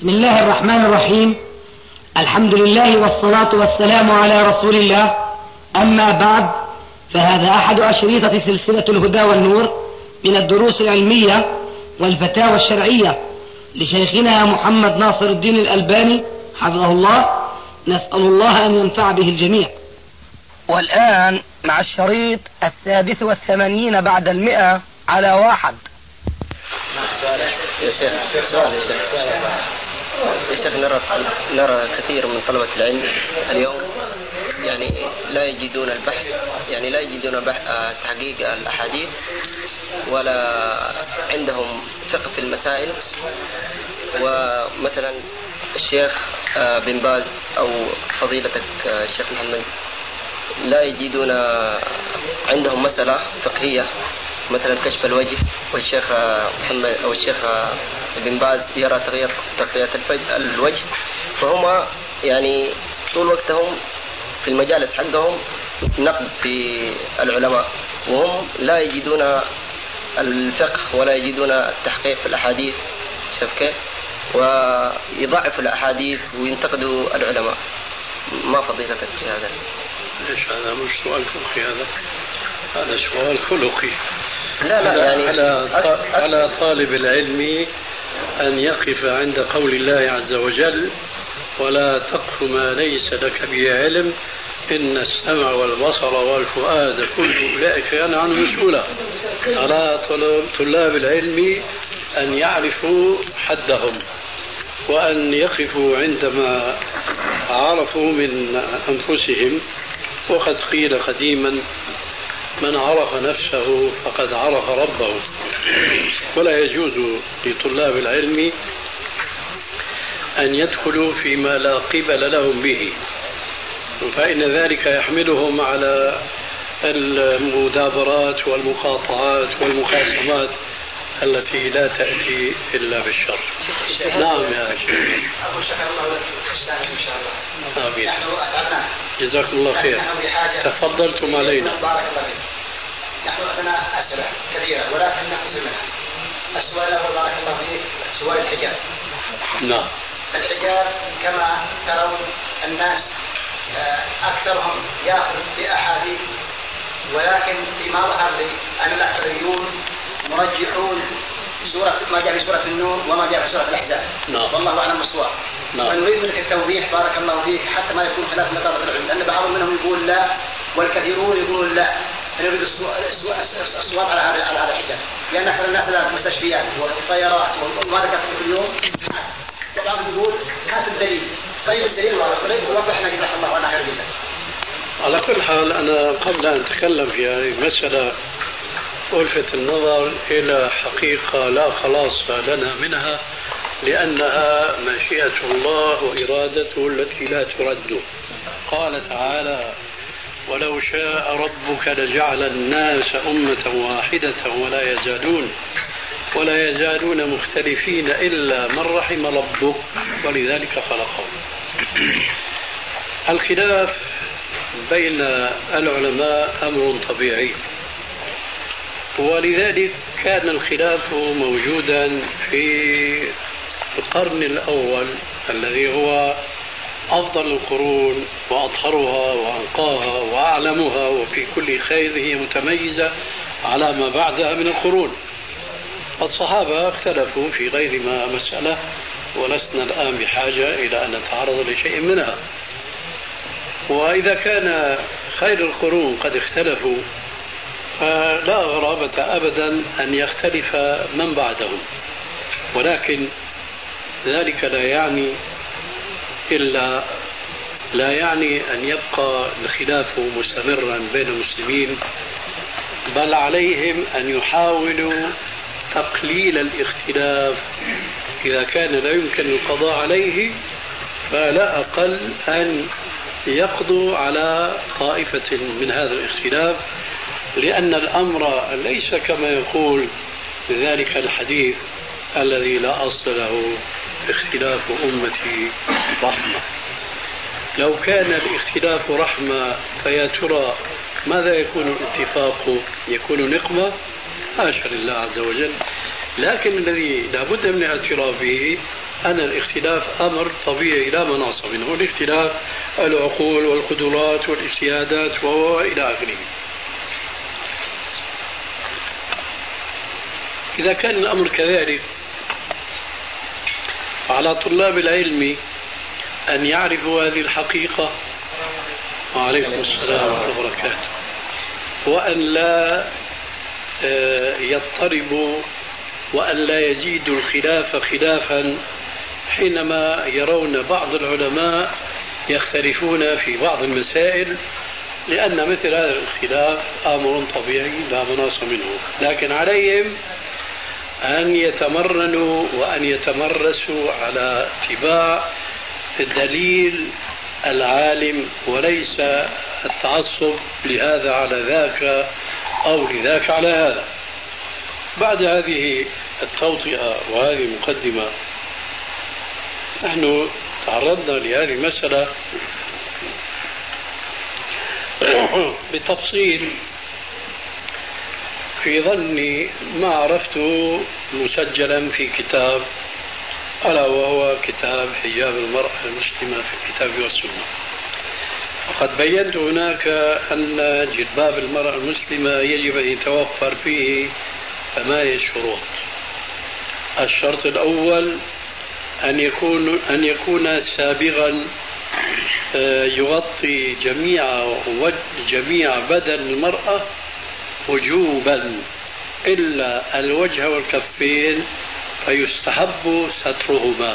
بسم الله الرحمن الرحيم. الحمد لله والصلاة والسلام على رسول الله. أما بعد، فهذا أحد أشريطة سلسلة الهدى والنور من الدروس العلمية والفتاوى الشرعية لشيخنا محمد ناصر الدين الألباني حفظه الله. نسأل الله أن ينفع به الجميع. والآن مع الشريط 86 بعد 100 على 1. يا شيخ نرى كثير من طلبة العلم اليوم لا يجدون البحث، لا يجدون تحقيق الأحاديث، ولا عندهم فقه في المسائل. ومثلا الشيخ بن باز أو فضيلتك الشيخ محمد لا يجدون عندهم مسألة فقهية مثلا كشف الوجه، والشيخ محمد أو الشيخ بن باز يرى تغطية الوجه، فهم طول وقتهم في المجالس حقهم نقد في العلماء، وهم لا يجدون الفقه ولا يجدون التحقيق في الأحاديث. شوف كيف، ويضعفوا الأحاديث وينتقدوا العلماء. ما فضيلتك في هذا؟ ليش هذا مش سؤال فقهي، هذا سؤال خلقي. لا على طالب العلم أن يقف عند قول الله عز وجل: ولا تقف ما ليس لك به علم إن السمع والبصر والفؤاد كل أولئك كان عنه مسؤولا. على طلاب العلم أن يعرفوا حدهم، وأن يقفوا عندما عرفوا من أنفسهم. وقد قيل قديما: من عرف نفسه فقد عرف ربه. ولا يجوز لطلاب العلم أن يدخلوا فيما لا قبل لهم به، فإن ذلك يحملهم على المدابرات والمقاطعات والمخاصمات التي لا تأتي إلا بالشر. نعم يا شيخ. آمين. جزاكم الله خير. تفضلتم علينا. بارك الله فيك. نحن عندنا أسئلة كثيرة ولكن نختصر منها. السؤال الأول بارك الله فيك سؤال الحجاب. نعم. الحجاب كما ترون الناس أكثرهم يأخذ بأحاديث، ولكن فيما ظهر لي أن الأكثريون مرجحون ما جاء في سورة النور وما جاء في سورة الأحزاب. نعم. والله أعلم بالصواب. ونريد منك التوضيح بارك الله فيك حتى ما يكون خلاف مطالبة العلم، لأن بعضهم منهم يقول لا والكثيرون يقولون لا. نريد الصواب على هذا الحجاب، لأن أكثر الناس في المستشفيات والطيارات وما ذكرت في اليوم، وبعضهم يقول هات الدليل. طيب الدليل وضح لنا جزاك الله عنه خير الجزاء. على كل حال، أنا قبل أن أتكلم في هذه المسألة ألفت النظر إلى حقيقة لا خلاص لنا منها، لأنها مشيئة الله وإرادته التي لا ترد. قال تعالى: ولو شاء ربك لجعل الناس أمة واحدة ولا يزالون مختلفين إلا من رحم ربك ولذلك خلقهم. الخلاف بين العلماء أمر طبيعي، ولذلك كان الخلاف موجودا في القرن الأول الذي هو أفضل القرون وأطهرها وأنقاها وأعلمها، وفي كل خير هي متميزة على ما بعدها من القرون. الصحابة اختلفوا في غير ما مسألة، ولسنا الآن بحاجة إلى أن نتعرض لشيء منها. وإذا كان خير القرون قد اختلفوا، فلا غرابة أبدا أن يختلف من بعدهم، ولكن ذلك لا يعني أن يبقى الخلاف مستمرا بين المسلمين، بل عليهم أن يحاولوا تقليل الاختلاف. إذا كان لا يمكن القضاء عليه، فلا أقل أن يقضوا على طائفة من هذا الاختلاف، لأن الأمر ليس كما يقول ذلك الحديث الذي لا أصل له: اختلاف أمتي رحمة. لو كان الاختلاف رحمة فيا ترى ماذا يكون الاتفاق؟ يكون نقمة؟ حاشا لله عز وجل. لكن الذي لا بد من الاعتراف به أن الاختلاف أمر طبيعي لا مناص منه، الاختلاف العقول والقدرات والاجتهادات وإلى آخره. إذا كان الأمر كذلك على طلاب العلم أن يعرفوا هذه الحقيقة، وعليكم السلام ورحمة الله وبركاته، وأن لا يضطربوا وأن لا يزيدوا الخلاف خلافا حينما يرون بعض العلماء يختلفون في بعض المسائل، لأن مثل هذا الاختلاف أمر طبيعي لا مناص منه، لكن عليهم أن يتمرنوا وأن يتمرسوا على اتباع الدليل العالم وليس التعصب لهذا على ذاك أو لذاك على هذا. بعد هذه التوطئة وهذه المقدمة، نحن تعرضنا لهذه المسألة بتفصيل في ظني ما عرفته مسجلا في كتاب، ألا وهو كتاب حجاب المرأة المسلمة في الكتاب والسنة. وقد بينت هناك أن جلباب المرأة المسلمة يجب أن يتوفر فيه 8 شروط. الشرط الأول أن يكون سابغا يغطي جميع بدن المرأة وجوبا إلا الوجه والكفين فيستحب سترهما.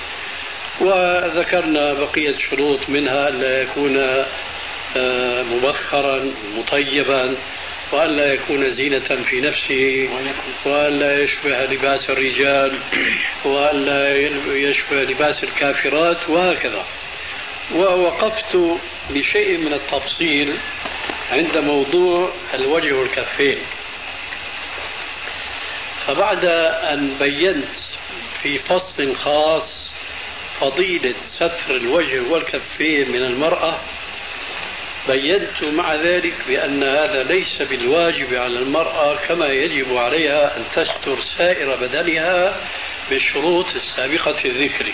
وذكرنا بقية شروط، منها ألا يكون مبخرا مطيبا، وألا يكون زينة في نفسه، وألا يشبه لباس الرجال، وألا يشبه لباس الكافرات، وهكذا. ووقفت بشيء من التفصيل عند موضوع الوجه والكفين. فبعد أن بينت في فصل خاص فضيلة ستر الوجه والكفين من المرأة، بينت مع ذلك بأن هذا ليس بالواجب على المرأة، كما يجب عليها أن تستر سائر بدنها بالشروط السابقة الذكر.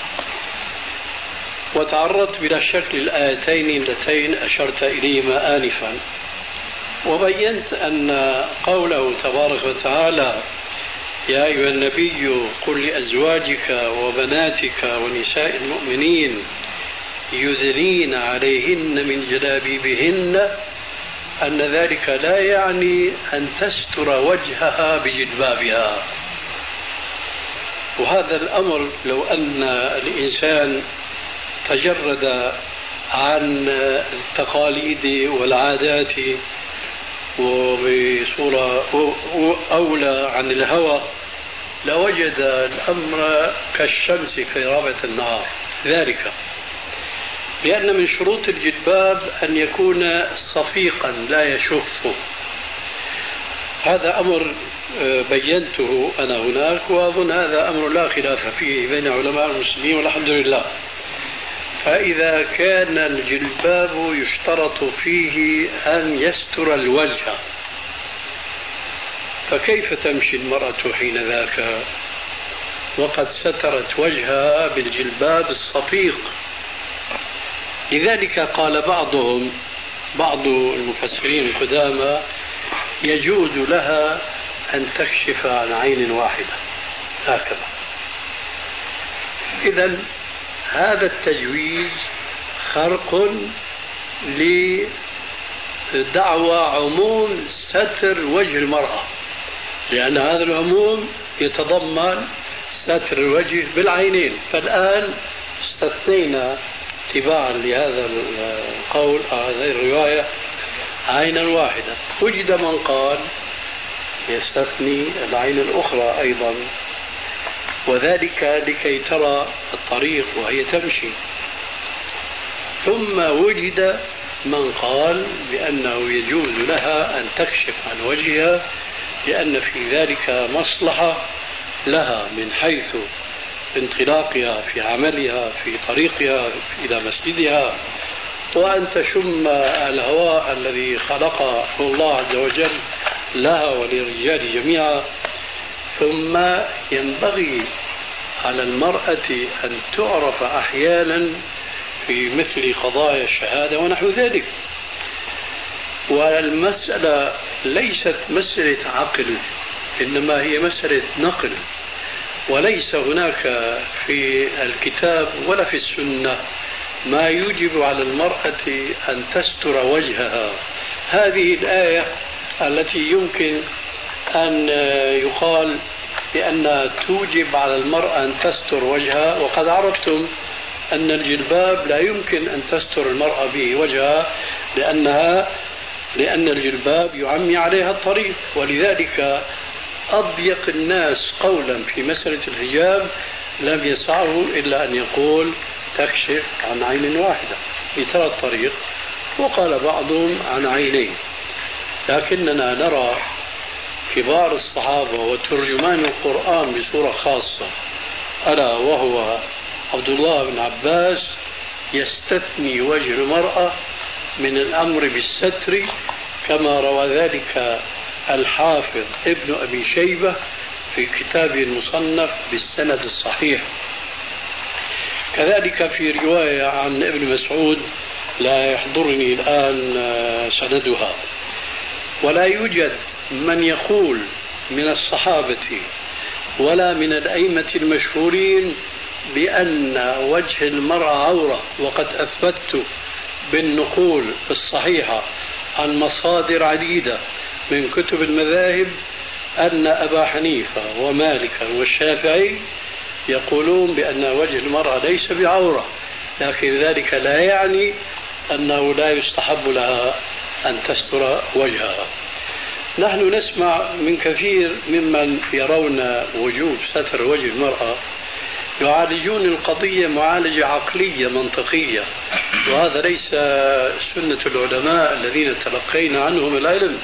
وتعرضت بلا شك للآيتين اللتين أشرت إليهما آنفا، وبينت أن قوله تبارك وتعالى: يا أيها النبي قل لأزواجك وبناتك ونساء المؤمنين يدنين عليهن من جلابيبهن، أن ذلك لا يعني أن تستر وجهها بجلبابها. وهذا الأمر لو أن الإنسان تجرد عن التقاليد والعادات وبصورة أولى عن الهوى لوجد الأمر كالشمس في رابعة النهار. ذلك لأن من شروط الجلباب أن يكون صفيقا لا يشف. هذا أمر بينته أنا هناك، وأظن هذا أمر لا خلاف فيه بين علماء المسلمين والحمد لله. فإذا كان الجلباب يشترط فيه أن يستر الوجه، فكيف تمشي المرأة حين ذاك وقد سترت وجهها بالجلباب الصفيق؟ لذلك قال بعض المفسرين القدامى: يجوز لها أن تكشف عن عين واحدة، هكذا. إذن هذا التجويز خرق لدعوى عموم ستر وجه المرأة، لأن هذا العموم يتضمن ستر الوجه بالعينين. فالآن استثنينا اتباعا لهذا القول هذه الرواية عينا واحدة. وجد من قال يستثني العين الأخرى أيضا، وذلك لكي ترى الطريق وهي تمشي. ثم وجد من قال بأنه يجوز لها أن تكشف عن وجهها، لأن في ذلك مصلحة لها من حيث انطلاقها في عملها في طريقها إلى مسجدها، وأن تشم الهواء الذي خلقه الله عز وجل لها وللرجال جميعا. ثم ينبغي على المرأة أن تعرف أحيانا في مثل قضايا الشهادة ونحو ذلك. والمسألة ليست مسألة عقل، إنما هي مسألة نقل، وليس هناك في الكتاب ولا في السنة ما يوجب على المرأة أن تستر وجهها. هذه الآية التي يمكن أن يقال بأنها توجب على المرأة أن تستر وجهها، وقد عرفتم أن الجلباب لا يمكن أن تستر المرأة به وجهها لأن الجلباب يعمي عليها الطريق. ولذلك أضيق الناس قولا في مسألة الحجاب لم يسعه إلا أن يقول تكشف عن عين واحدة بترى الطريق، وقال بعضهم عن عينين. لكننا نرى كبار الصحابة وترجمان القرآن بصورة خاصة، ألا وهو عبد الله بن عباس، يستثني وجه المرأة من الأمر بالستر، كما روى ذلك الحافظ ابن أبي شيبة في كتابه المصنف بالسند الصحيح. كذلك في رواية عن ابن مسعود لا يحضرني الآن سندها. ولا يوجد من يقول من الصحابة ولا من الأئمة المشهورين بأن وجه المرأة عورة، وقد أثبت بالنقول الصحيحة عن مصادر عديدة من كتب المذاهب أن أبا حنيفة ومالكا والشافعي يقولون بأن وجه المرأة ليس بعورة، لكن ذلك لا يعني أنه لا يستحب لها أن تستر وجهها. نحن نسمع من كثير ممن يرون وجوب ستر وجه المرأة يعالجون القضية معالجة عقلية منطقية، وهذا ليس سنة العلماء الذين تلقينا عنهم العلم.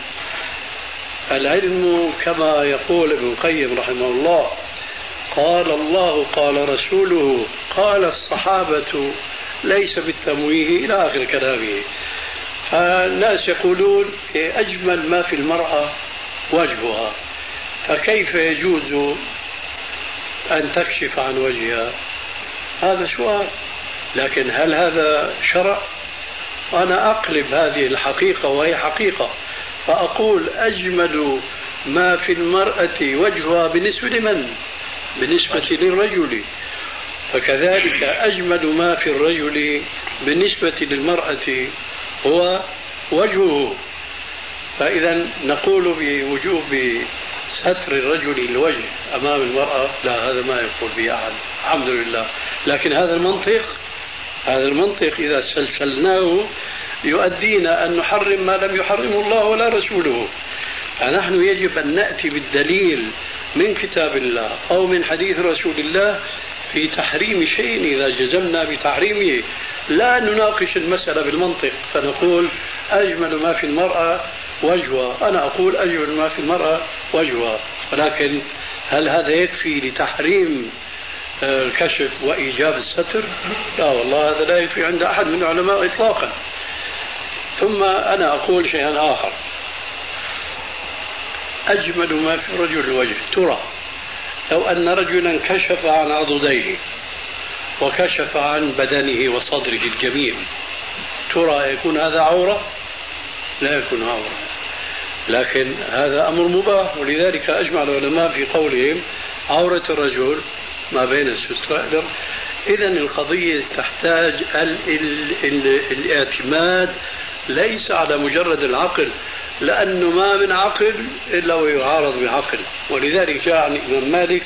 العلم كما يقول ابن القيم رحمه الله قال الله قال رسوله قال الصحابة ليس بالتمويه إلى آخر كلامه. فالناس يقولون أجمل ما في المرأة وجهها، فكيف يجوز أن تكشف عن وجهها؟ هذا سؤال، لكن هل هذا شرع؟ أنا أقلب هذه الحقيقة وهي حقيقة فأقول أجمل ما في المرأة وجهها بالنسبة لمن؟ بالنسبة للرجل. فكذلك أجمل ما في الرجل بالنسبة للمرأة هو وجهه. فإذا نقول بوجوب ستر الرجل الوجه أمام المرأة، لا، هذا ما يقول به أحد الحمد لله. لكن هذا المنطق إذا سلسلناه يؤدينا أن نحرم ما لم يحرمه الله ولا رسوله. فنحن يجب أن نأتي بالدليل من كتاب الله أو من حديث رسول الله في تحريم شيء إذا جزمنا بتحريمه، لا نناقش المسألة بالمنطق فنقول أجمل ما في المرأة وجهها. أنا أقول أجمل ما في المرأة وجهها، ولكن هل هذا يكفي لتحريم الكشف وإيجاب الستر؟ لا والله، هذا لا يكفي عند أحد من العلماء إطلاقا. ثم أنا أقول شيئا آخر، أجمل ما في الرجل الوجه. ترى لو أن رجلا كشف عن عضديه وكشف عن بدنه وصدره الجميل، ترى يكون هذا عورة؟ لا يكون عورة، لكن هذا أمر مباح. ولذلك أجمع العلماء في قولهم عورة الرجل ما بين الستر. إذن القضية تحتاج الاعتماد ليس على مجرد العقل، لأنه ما من عقل إلا ويعارض بعقل. ولذلك جاء عن الإمام مالك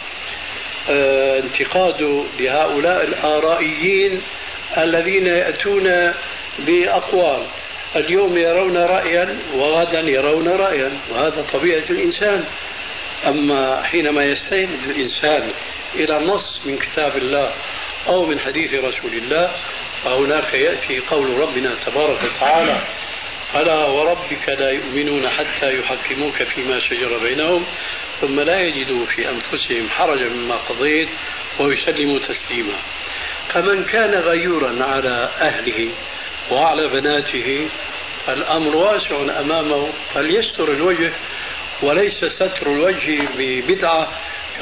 انتقاد لهؤلاء الآرائيين الذين يأتون بأقوال اليوم يرون رأيا وغدا يرون رأيا، وهذا طبيعة الإنسان. أما حينما يستند الإنسان إلى نص من كتاب الله أو من حديث رسول الله فهناك يأتي قول ربنا تبارك وتعالى ألا وربك لا يؤمنون حتى يحكموك فيما شجر بينهم ثم لا يجدوا في أنفسهم حرجا مما قضيت ويسلموا تسليما. فمن كان غيورا على أهله وعلى بناته الأمر واسع أمامه، فليستر الوجه، وليس ستر الوجه ببدعة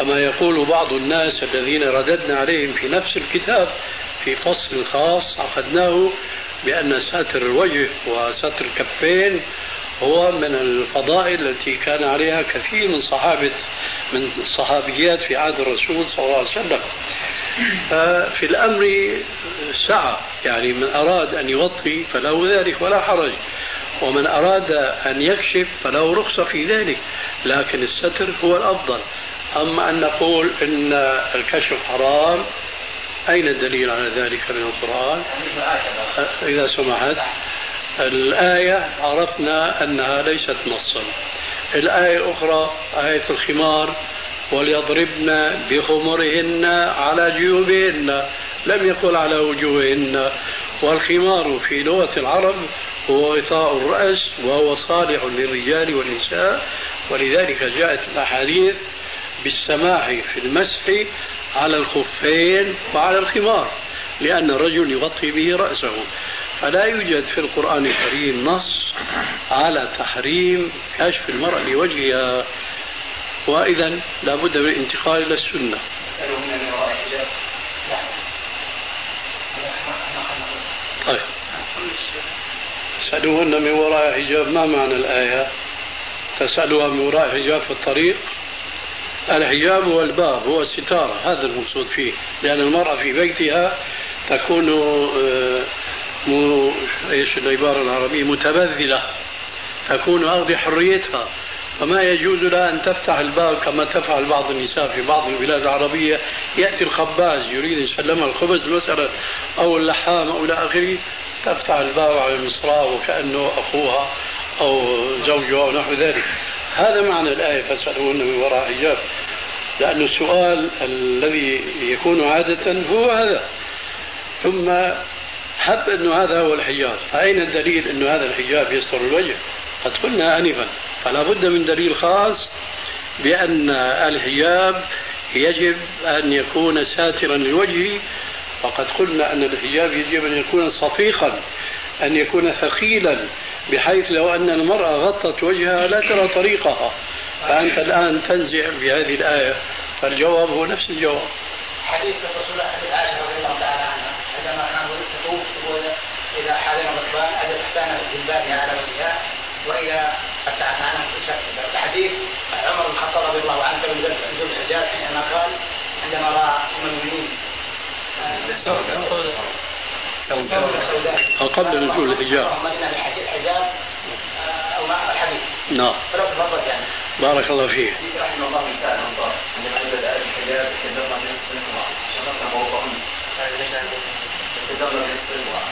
كما يقول بعض الناس الذين رددنا عليهم في نفس الكتاب في فصل خاص عقدناه بأن ستر الوجه وستر الكفين هو من الفضائل التي كان عليها كثير من الصحابيات في عهد الرسول صلى الله عليه وسلم. ففي الأمر سعة، يعني من أراد أن يغطي فله ذلك ولا حرج، ومن أراد أن يكشف فله رخصة في ذلك، لكن الستر هو الأفضل. أما أن نقول إن الكشف حرام، أين الدليل على ذلك من القرآن؟ إذا سمحت، الآية عرفنا أنها ليست نصا. الآية الأخرى آية الخمار، وليضربن بخمرهن على جيوبهن، لم يقل على وجوههن. والخمار في لغة العرب هو غطاء الرأس، وهو صالح للرجال والنساء، ولذلك جاءت الأحاديث بالسماح في المسح على الخفين وعلى الخمار، لأن الرجل يغطي به رأسه. فلا يوجد في القرآن الكريم نص على تحريم كشف المرأة لوجهها، وإذا لا بد من الانتقال إلى السنة. طيب، تسألوهن من وراء حجاب، ما معنى الآية؟ تسألوها من وراء حجاب في الطريق؟ الحجاب هو الباب، هو الستارة، هذا المقصود فيه، لأن المرأة في بيتها تكون ايش العبارة العربية، متبذلة، تكون أرض حريتها، فما يجوز لها أن تفتح الباب كما تفعل بعض النساء في بعض البلاد العربية. يأتي الخباز يريد أن يسلمها الخبز مثلا أو اللحام أو إلى آخره، تفتح الباب على المصراع وكأنه أخوها أو زوجها أو نحو ذلك. هذا معنى الآية فاسألوهن من وراء حجاب، لأن السؤال الذي يكون عادة هو هذا. ثم حب أنه هذا هو الحجاب، فأين الدليل أنه هذا الحجاب يستر الوجه؟ قد قلنا آنفا، فلا بد من دليل خاص بأن الحجاب يجب أن يكون ساترا للوجه. وقد قلنا أن الحجاب يجب أن يكون صفيقا، أن يكون ثقيلا، بحيث لو أن المرأة غطت وجهها لا ترى طريقها. فأنت الآن تنزع بهذه الآية، فالجواب هو نفس الجواب. حديث الرسول عائشة رضي الله تعالى عنها عندما كان يطوف إذا حالنا الركبان أجل تحتنا بالباب على وجهها، وإذا فتحت عنها تشكل. حديث عمر بن الخطاب رضي الله عنه من ذو الحجاب حينما قال عندما رأى المؤمنين قبل نزول الحجاب الحجاب أو مع الحديث. نعم. فلو تفضل يعني. بارك الله فيك. رحمه الله تعالى عندما يوجد الحجاب تدبر من السنة شرطنا موضوعهم تدبر من السنة.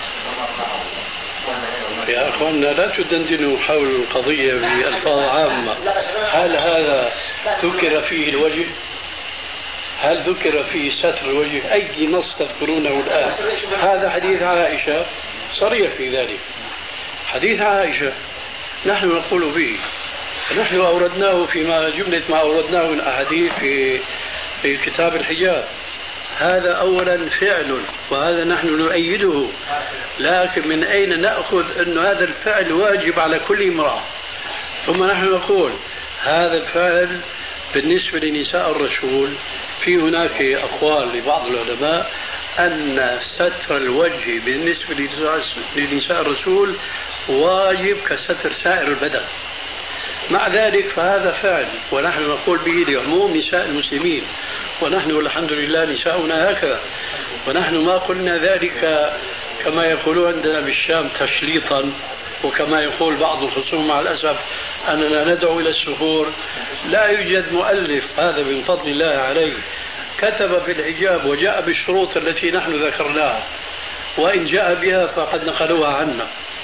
يا أخواننا لا تدندنوا حول القضية بألفاظ عامة. هل هذا ذكر فيه الوجه؟ هل ذكر فيه ستر الوجه؟ أي نص تذكرونه الآن؟ هذا حديث عائشة صريح في ذلك. حديث عائشة نحن نقول به، نحن أوردناه فيما جملة ما أوردناه من أحاديث في كتاب الحجاب. هذا أولا فعل، وهذا نحن نؤيده، لكن من أين نأخذ أن هذا الفعل واجب على كل امرأة؟ ثم نحن نقول هذا الفعل بالنسبة لنساء الرسول، في هناك أقوال لبعض العلماء أن ستر الوجه بالنسبة لنساء الرسول واجب كستر سائر البدن. مع ذلك فهذا فعل، ونحن نقول به لعموم نساء المسلمين، ونحن والحمد لله نساؤنا هكذا. ونحن ما قلنا ذلك كما يقولون عندنا بالشام تشليطا، وكما يقول بعض الخصوم مع الأسف أننا ندعو إلى السفور. لا يوجد مؤلف، هذا من فضل الله عليه، كتب في الحجاب وجاء بالشروط التي نحن ذكرناها، وإن جاء بها فقد نقلوها عنا،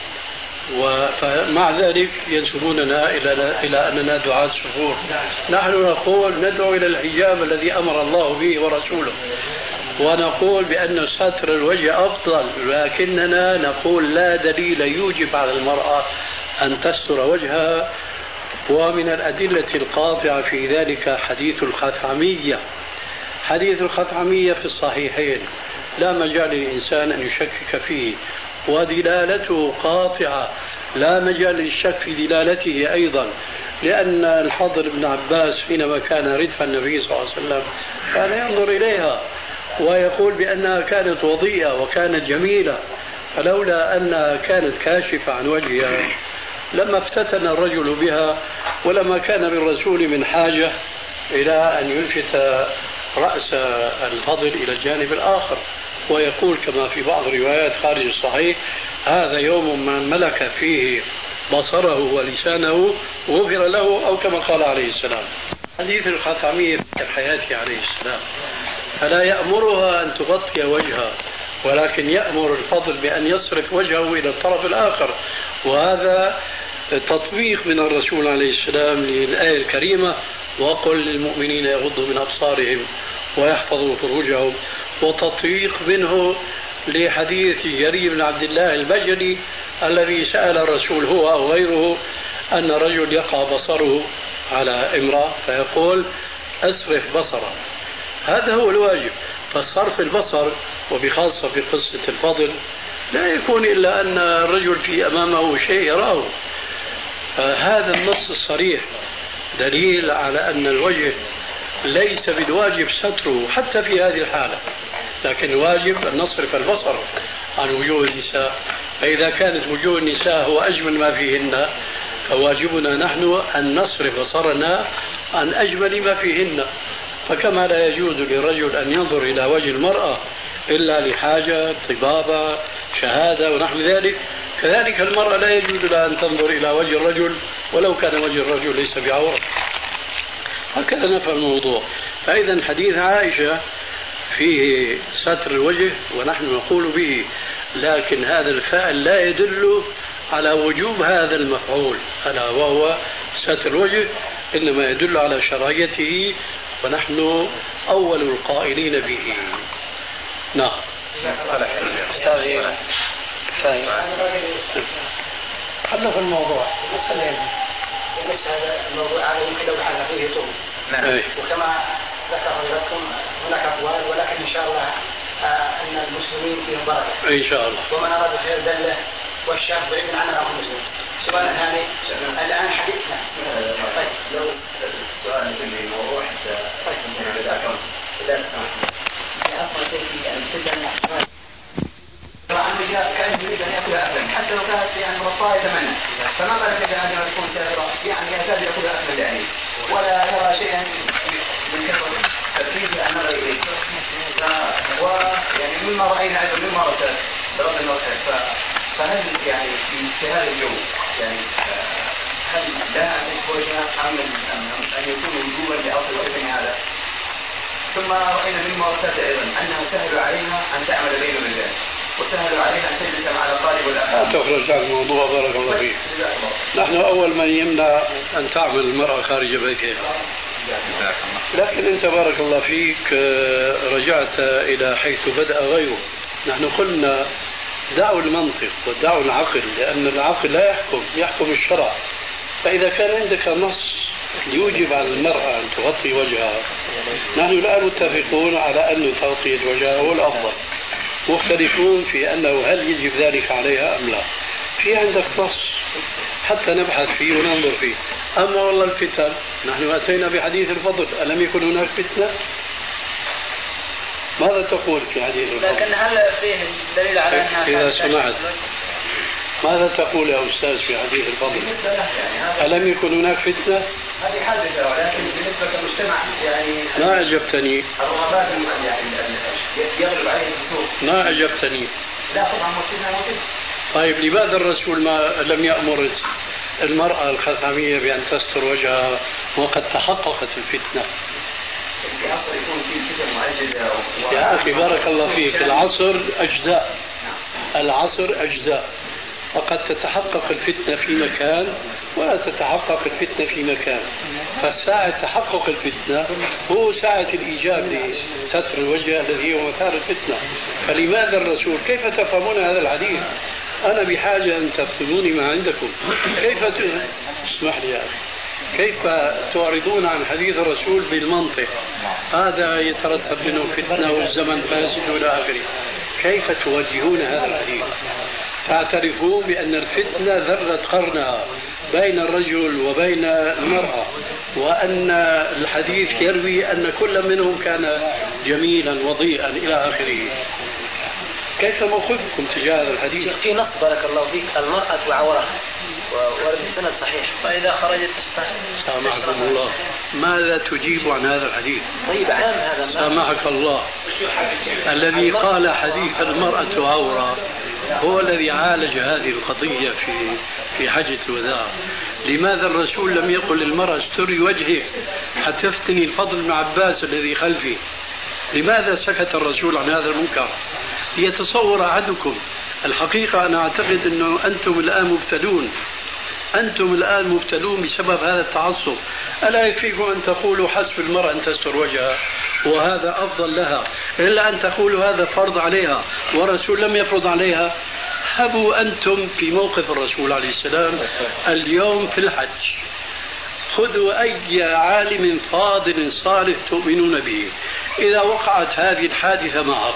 ومع ذلك ينسبوننا إلى أننا دعاة سفور. نحن نقول ندعو إلى الحجاب الذي أمر الله به ورسوله، ونقول بأن ستر الوجه أفضل، لكننا نقول لا دليل يوجب على المرأة أن تستر وجهها. ومن الأدلة القاطعة في ذلك حديث الخثعمية. حديث الخثعمية في الصحيحين، لا مجال للإنسان أن يشكك فيه، ودلالته قاطعة، لا مجال للشك في دلالته أيضا، لأن الفضل بن عباس حينما كان ردف النبي صلى الله عليه وسلم كان ينظر إليها ويقول بأنها كانت وضيئة وكانت جميلة، فلولا أنها كانت كاشفة عن وجهها لما افتتن الرجل بها، ولما كان للرسول من حاجة إلى أن يلفت رأس الفضل إلى الجانب الآخر، ويقول كما في بعض الروايات خارج الصحيح: هذا يوم من ملك فيه بصره ولسانه غفر له، أو كما قال عليه السلام. حديث الخاتمية في حياته عليه السلام، فلا يأمرها أن تغطي وجهها، ولكن يأمر الفضل بأن يصرف وجهه إلى الطرف الآخر، وهذا تطبيق من الرسول عليه السلام للآية الكريمة: وقل للمؤمنين يغضوا من أبصارهم ويحفظوا فروجهم، وتطبيق منه لحديث جرير بن عبد الله البجلي الذي سأل الرسول هو أو غيره أن رجل يقع بصره على امرأة فيقول: أسرف بصره. هذا هو الواجب. فصرف البصر وبخاصة في قصة الفضل لا يكون إلا أن الرجل في أمامه شيء يراه. هذا النص الصريح دليل على أن الوجه ليس بالواجب ستره حتى في هذه الحالة، لكن الواجب أن نصرف البصر عن وجوه النساء. فإذا كانت وجوه النساء هو أجمل ما فيهن، فواجبنا نحن أن نصرف بصرنا عن أجمل ما فيهن. فكما لا يجوز للرجل أن ينظر إلى وجه المرأة إلا لحاجة، طبابة، شهادة ونحو ذلك، كذلك المرأة لا يجوز لها أن تنظر إلى وجه الرجل ولو كان وجه الرجل ليس بعورة. هكذا نفهم الموضوع. فإذا حديث عائشة فيه ستر الوجه ونحن نقول به، لكن هذا الفعل لا يدل على وجوب هذا المفعول ألا وهو ستر الوجه، إنما يدل على شرعيته ونحن أول القائلين به. نعم. خلف الموضوع بالنسبة هذا الموضوع هذا يمكن لو حل فيه طول. نعم. وكما ذكر لكم هناك أقوال، ولكن إن شاء الله أن المسلمين فيهم بركة إن شاء الله، ومن أراد الخير دله والشر بعيد عنه أخو المسلم. سؤال ثاني الآن حديثنا. طيب لو السؤال في الموضوع حتى إذا أفضل في الفتن طبعا الرجال كان يريد أن يأكل أكلا حتى لو كانت يعني مرطاة يتمنى، فما بالك إذا أن تكون سائرة يعني يحتاج يأكل أكلا يعني ولا يرى شيئا من كثرة تركيز النظر إليه. ويعني مما رأينا أيضا مما رأيت برد المرتب، فهل يعني في هذا اليوم يعني هل لا نسبوجها أم أن يكون وجوبا لأصل وإذن هذا؟ ثم رأينا مما رأيت أيضا أنه سهل عليها أن تعمل بين الرجال وسهل عليها أن تجلس مع الأقارب والأهل. تخرج عن الموضوع بارك الله فيك. نحن أول من يمنع أن تعمل المرأة خارج بيتها، لكن أنت بارك الله فيك رجعت إلى حيث بدأ غيره. نحن قلنا دعوا المنطق ودعوا العقل، لأن العقل لا يحكم الشرع. فإذا كان عندك نص يوجب على المرأة أن تغطي وجهها، نحن لا متفقون على أن تغطية وجهها هو الأفضل، مختلفون في أنه هل يجب ذلك عليها أم لا. في عندك نص حتى نبحث فيه وننظر فيه. أما والله الفتن، نحن أتينا بحديث الفضل، ألم يكن هناك فتنة؟ ماذا تقول في حديث الفضل؟ لكن هل فيه دليل على أنها إذا سمعت ماذا تقول يا أستاذ في حديث الفضل؟ ألم يكن هناك فتنة؟ هذه حادثة، ولكن بالنسبة للمجتمع يعني ما أجبتني. الرغبات يعني يغلب عليه السوق. ما أجبتني. لا طبعا موجود. طيب لماذا الرسول ما لم يأمر المرأة الخثامية بأن تستر وجهها وقد تحققت الفتنة؟ العصر يكون فيه فتن معجزة يا أخي بارك الله فيك، العصر أجزاء، العصر أجزاء، فقد تتحقق الفتنة في مكان ولا تتحقق الفتنة في مكان. فساعة تحقق الفتنة هو ساعة الإيجاب لستر الوجه الذي هو مثار الفتنة. فلماذا الرسول؟ كيف تفهمون هذا الحديث؟ أنا بحاجة أن تفتنوني ما عندكم. كيف اسمح لي يا أخي، كيف تعرضون عن حديث الرسول بالمنطق؟ هذا يترتب منه فتنة والزمن فاسد إلى آخره. كيف توجهون هذا الحديث؟ تعترفون بأن الفتنة ذرت قرنها بين الرجل وبين المرأة، وأن الحديث يروي أن كل منهم كان جميلا وضيئا إلى آخره. كيف موقفكم تجاه هذا الحديث؟ في نص بارك الله فيك، المرأة عورة، ورد بسند صحيح، فإذا خرجت سامحكم الله، ماذا تجيب عن هذا الحديث؟ طيب عام هذا. سامحك الله، الذي قال حديث المرأة عورة هو الذي عالج هذه القضية في حجة الوداع. لماذا الرسول لم يقل للمرأة استري وجهك حتى تفتني الفضل بن عباس الذي خلفي؟ لماذا سكت الرسول عن هذا المنكر؟ ليتصور أحدكم، الحقيقة أنا أعتقد أنه أنتم الآن مبتلون بسبب هذا التعصب. ألا يكفيكم أن تقولوا حسب المرأة أن تستر وجهها وهذا أفضل لها، إلا أن تقولوا هذا فرض عليها والرسول لم يفرض عليها؟ هبوا أنتم في موقف الرسول عليه السلام اليوم في الحج. خذوا أي عالم فاضل صالح تؤمنون به، إذا وقعت هذه الحادثة معه،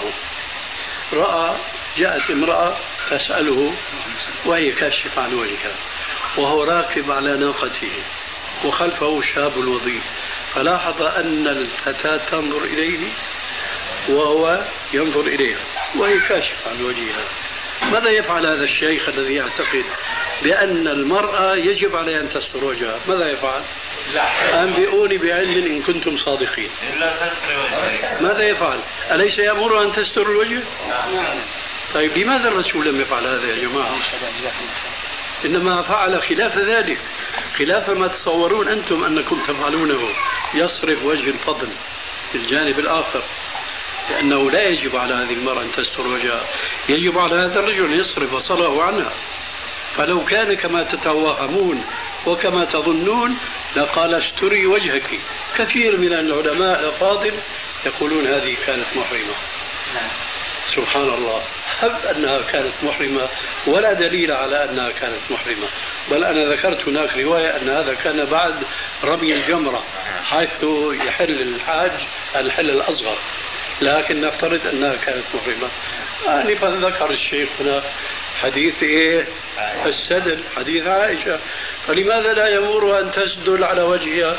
جاءت امرأة تسأله وهي كاشفة عن وجهها وهو راكب على ناقته وخلفه شاب وضيء، فلاحظ أن الفتاة تنظر إليه وهو ينظر إليها وهي كاشفة عن وجهها. ماذا يفعل هذا الشيخ الذي يعتقد بأن المرأة يجب عليها أن تستر وجهها؟ ماذا يفعل؟ أنبئوني بعلم إن كنتم صادقين. ماذا يفعل؟ أليس يأمر أن تستر الوجه؟ طيب لماذا الرسول لم يفعل هذا يا جماعة؟ إنما فعل خلاف ذلك، خلاف ما تصورون أنتم أنكم تفعلونه، يصرف وجه الفضل في الجانب الآخر، لأنه لا يجب على هذه المرأة أن تستر وجهها، يجب على هذا الرجل يصرف بصره عنها. فلو كان كما تتوهمون وكما تظنون لقال استري وجهك. كثير من العلماء الفاضل يقولون هذه كانت محرمة. سبحان الله، هب أنها كانت محرمة ولا دليل على أنها كانت محرمة، بل أنا ذكرت هناك رواية أن هذا كان بعد رمي الجمرة حيث يحل الحاج الحل الأصغر، لكن نفترض أنها كانت محرمة. آنفا ذكر الشيخ هنا حديث السدل، حديث عائشة، فلماذا لا يأمرها أن تسدل على وجهها؟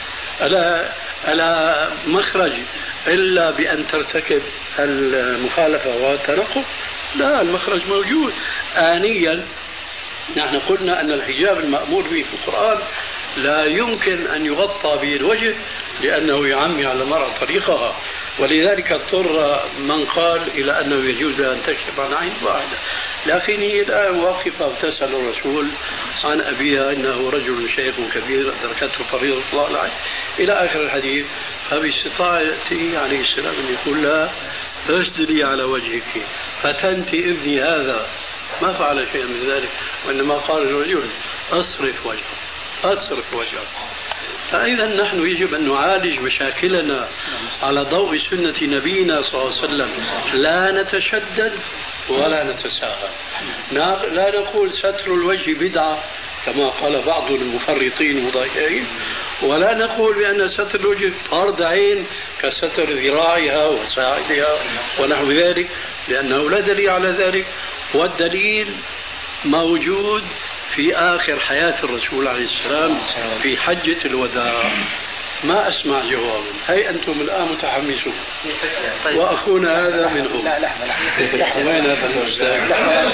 ألا مخرج إلا بأن ترتكب المخالفة والتنقب؟ لا، المخرج موجود. آنيا نحن قلنا أن الحجاب المأمور به في القرآن لا يمكن أن يغطى به الوجه لأنه يعمي على المرأة طريقها، ولذلك اضطر من قال إلى أنه يجوز أن تكشف عن عين واحدة. لكن هي الآن واقفة وتسأل الرسول عن أبيها إنه رجل شيخ كبير أدركته فريضة الله العين إلى آخر الحديث. فباستطاعته عليه السلام أن يقول لها اسدلي على وجهك، فتنت ابني هذا ما فعل شيئا من ذلك، وإنما قال الرجل أصرف وجهك. فإذا نحن يجب أن نعالج مشاكلنا على ضوء سنة نبينا صلى الله عليه وسلم، لا نتشدد ولا نتساهل. لا نقول ستر الوجه بدعة كما قال بعض المفرطين المضايقين، ولا نقول بأن ستر الوجه فرض عين كستر ذراعها وساعدها ونحو ذلك، لأنه لا دليل على ذلك، والدليل موجود في آخر حياة الرسول عليه السلام في حجة الوداع. ما أسمع جوابا. هي أنتم الآن متحمسون وأخونا هذا منهم. لا وين هذا الأستاذ؟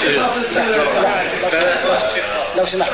لو سمحت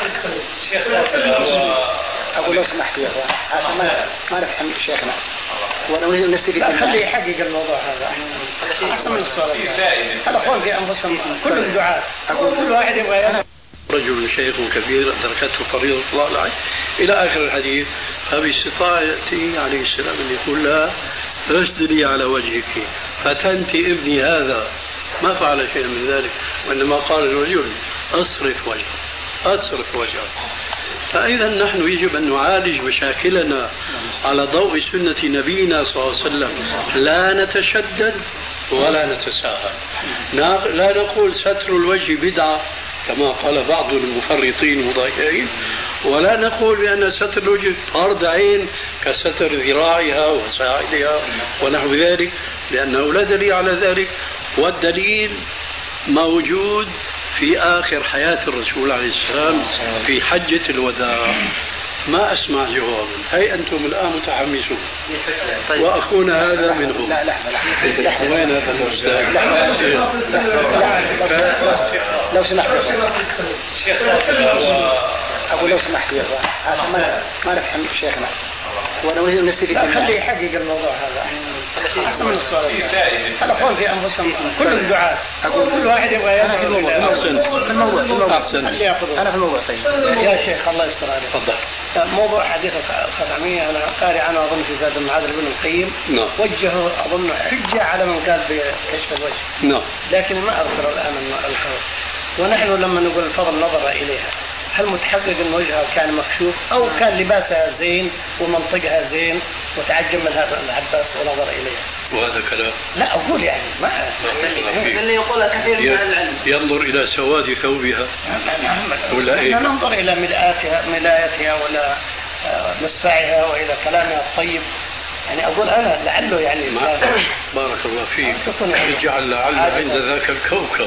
أقول لو سمحت يا أخوان عشان ما نفهم شيخنا ونريد أن نستفيد. خليه يحقق الموضوع هذا أحسن من السؤال. هذا أخوان في أنفسهم كلهم دعاء، أقول كل واحد يبغى رجل شيخ كبير أدركته فريضة الله العين إلى آخر الحديث. فباستطاعته عليه السلام أن يقول لها اسدلي على وجهك، فتنت ابني هذا ما فعل شيئا من ذلك، وإنما قال الرجل أصرف وجهك. فإذا نحن يجب أن نعالج مشاكلنا على ضوء سنة نبينا صلى الله عليه وسلم، لا نتشدد ولا نتساهل. لا نقول ستر الوجه بدعة كما قال بعض المفرطين المضايقين، ولا نقول بأن ستر الوجه فرض عين كستر ذراعها وساعدها ونحو ذلك، لأنه لا دليل على ذلك، والدليل موجود في آخر حياة الرسول عليه السلام في حجة الوداع. ما أسمع جوابا. هي أنتم الآن متحمسون. طيب. وأخونا هذا منهم. لا وين هذا الأستاذ؟ لو سمحت أقول لو سمحت يا أخوان ما نفهم شيخنا ونريد أن نستفيد منه. خليه يحقق الموضوع هذا أحسن من السؤال. الأخوان في أنفسهم كل الدعاة كل واحد يبغى يأخذ في الموضوع. أنا في الموضوع. طيب يا شيخ الله يستر عليك. تفضل. موضوع حديث الخاتمية أنا قارئ عنه أظن في زاد المعاد لابن القيم. وجهه أظن حجة على من قال بكشف الوجه. لكن ما أذكر الآن القول. ونحن لما نقول الفضل نظر إليها هل متحقق أن وجهها كان مكشوف أو كان لباسها زين ومنطقها زين وتعجب من هذا العباس ونظر إليها؟ وهذا كلام لا أقول يعني ما اللي يقولها كثير من العلم ينظر إلى سواد ثوبها ولا إيه؟ ننظر إلى ملايتها ولا مصفعها وإلى كلامها الطيب. يعني أقول أنا لعله يعني بارك الله فيك اجعل لعل عند ذاك الكوكب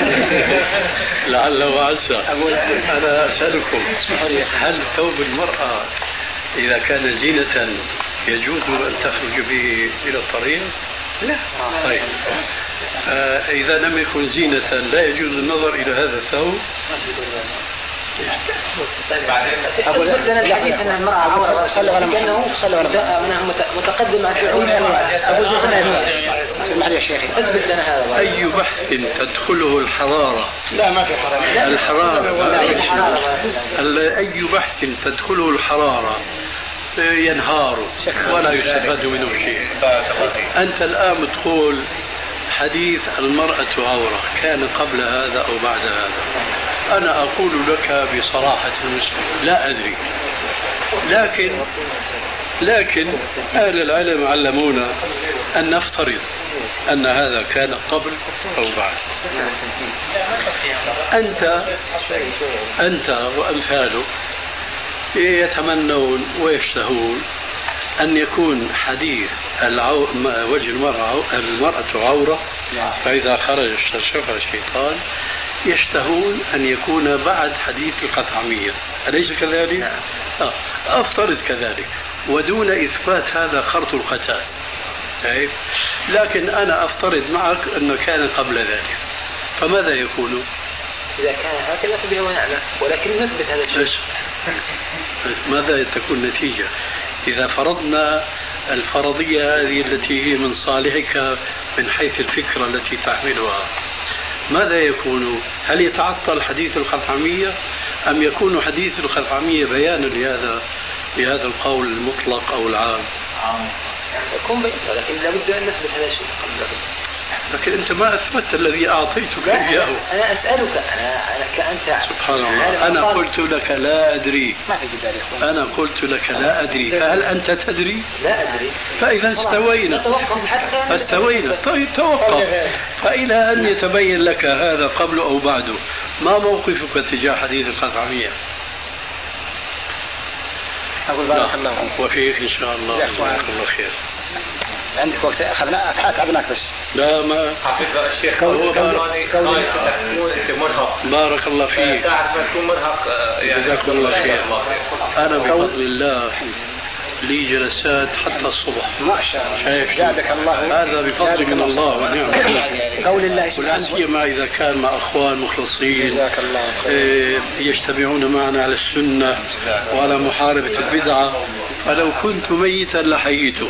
لعل وعسى. أنا أسألكم هل ثوب المرأة إذا كان زينة يجوز أن تخرج به إلى الطريق؟ لا. طيب إذا لم يكن زينة لا يجوز النظر إلى هذا الثوب؟ أقول لنا الحديث أن المرأة عورة كأنه متقدم عن اسمح يا شيخ اثبت لنا هذا. أي بحث تدخله الحرارة؟ لا ما في حرارة. الحرارة أي بحث تدخله الحرارة ينهار ولا يستفاد منه شيء. أنت الآن تقول حديث المرأة عورة كان قبل هذا أو بعد هذا. أنا أقول لك بصراحة المسلم لا أدري، لكن أهل العلم علمونا أن نفترض أن هذا كان قبل أو بعد. أنت وأمثالك يتمنون ويشتهون أن يكون حديث وجه المرأة عورة، فإذا خرج استشرفها الشيطان. يشتهون أن يكون بعد حديث القطعمية، أليس كذلك؟ أفترض كذلك ودون إثبات هذا خرط القتال. لكن أنا أفترض معك أنه كان قبل ذلك، فماذا يكون؟ إذا كان هكذا فبه ونعمة، ولكن نثبت هذا الشيء. ماذا تكون النتيجة إذا فرضنا الفرضية هذه التي هي من صالحك من حيث الفكرة التي تحملها؟ ماذا يكون؟ هل يتعطل حديث الخثعمية أم يكون حديث الخثعمية بيانا لهذا القول المطلق أو العام؟ يكون بيان، لكن لابد أن نثبت هذا الشيء. لكن أنت ما أثبت الذي أعطيتك إياه. أنا أسألك أنا كأنت. سبحان الله. أنا قلت لك لا أدري. أنا قلت لك لا أدري، فهل أنت تدري؟ لا أدري. فإذا استوينا. طيب توقف. فإلى أن يتبين لك هذا قبل أو بعده، ما موقفك تجاه حديث الخثعمية؟ أقول بارك الله فيك وفيك إن شاء الله. جزاك الله خير. عندك وقت أتعبناك بس. لا ما حفظ الشيخ هو أنت مرهق. بارك الله فيك. ساعة ما تكون مرهق جزاك الله خير. أنا بفضل الله لي جلسات حتى الصبح. ما شاء الله. زادك الله. هذا بفضل من الله ونعمه. قول الله سبحانه ولا سيما إذا كان مع أخوان مخلصين جزاك الله خير يجتمعون معنا على السنة وعلى محاربة البدعة، فلو كنت ميتا لحييته.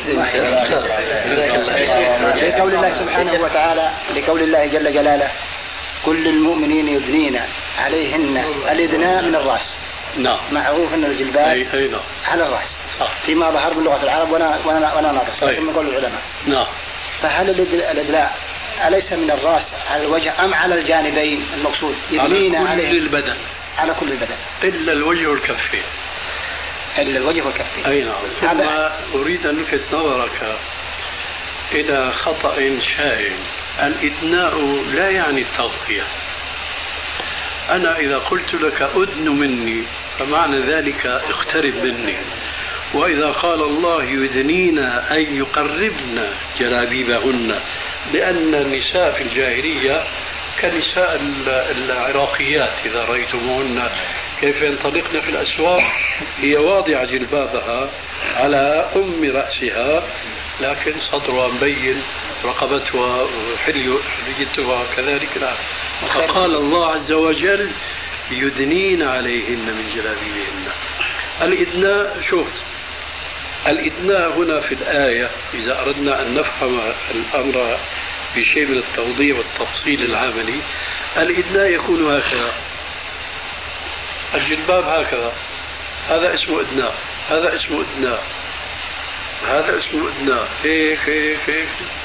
لقول الله سبحانه وتعالى، لقول الله جل جلاله: كل المؤمنين يدنين عليهن الإدناء من الرأس. نعم. معروف أن الجلباب على الرأس فيما ظهر من لغة العرب وأنا ناقص لكن من قول العلماء. نعم. فهل الإدلاء أليس من الرأس على الوجه أم على الجانبين المقصود؟ على كل البدن. على كل البدن إلا الوجه والكفين. إلا الوجه والكفين. أي نعم. ثم أريد أن ألفت نظرك إلى خطأ شائع. الإدناء لا يعني التغطية. أنا إذا قلت لك أدن مني فمعنى ذلك اقترب مني. وإذا قال الله يدنينا أي يقربن جلابيبهن، لأن النساء في الجاهلية كنساء العراقيات إذا رأيتموهن كيف ينطلقن في الأسواق، هي واضعة جلبابها على رأسها، لكن صدرها مبين، رقبتها حليتها كذلك. لا. فقال الله عز وجل يدنين عليهن من جلابيبهن. الإدناء، شوف الإدناء هنا في الآية إذا أردنا أن نفهم الأمر بشيء من التوضيح والتفصيل العملي، الإدناء يكون هكذا، الجلباب هكذا، هذا اسمه إدناء، هذا اسمه إدناء، هذا اسمه إدناء، هيك هيك هيك،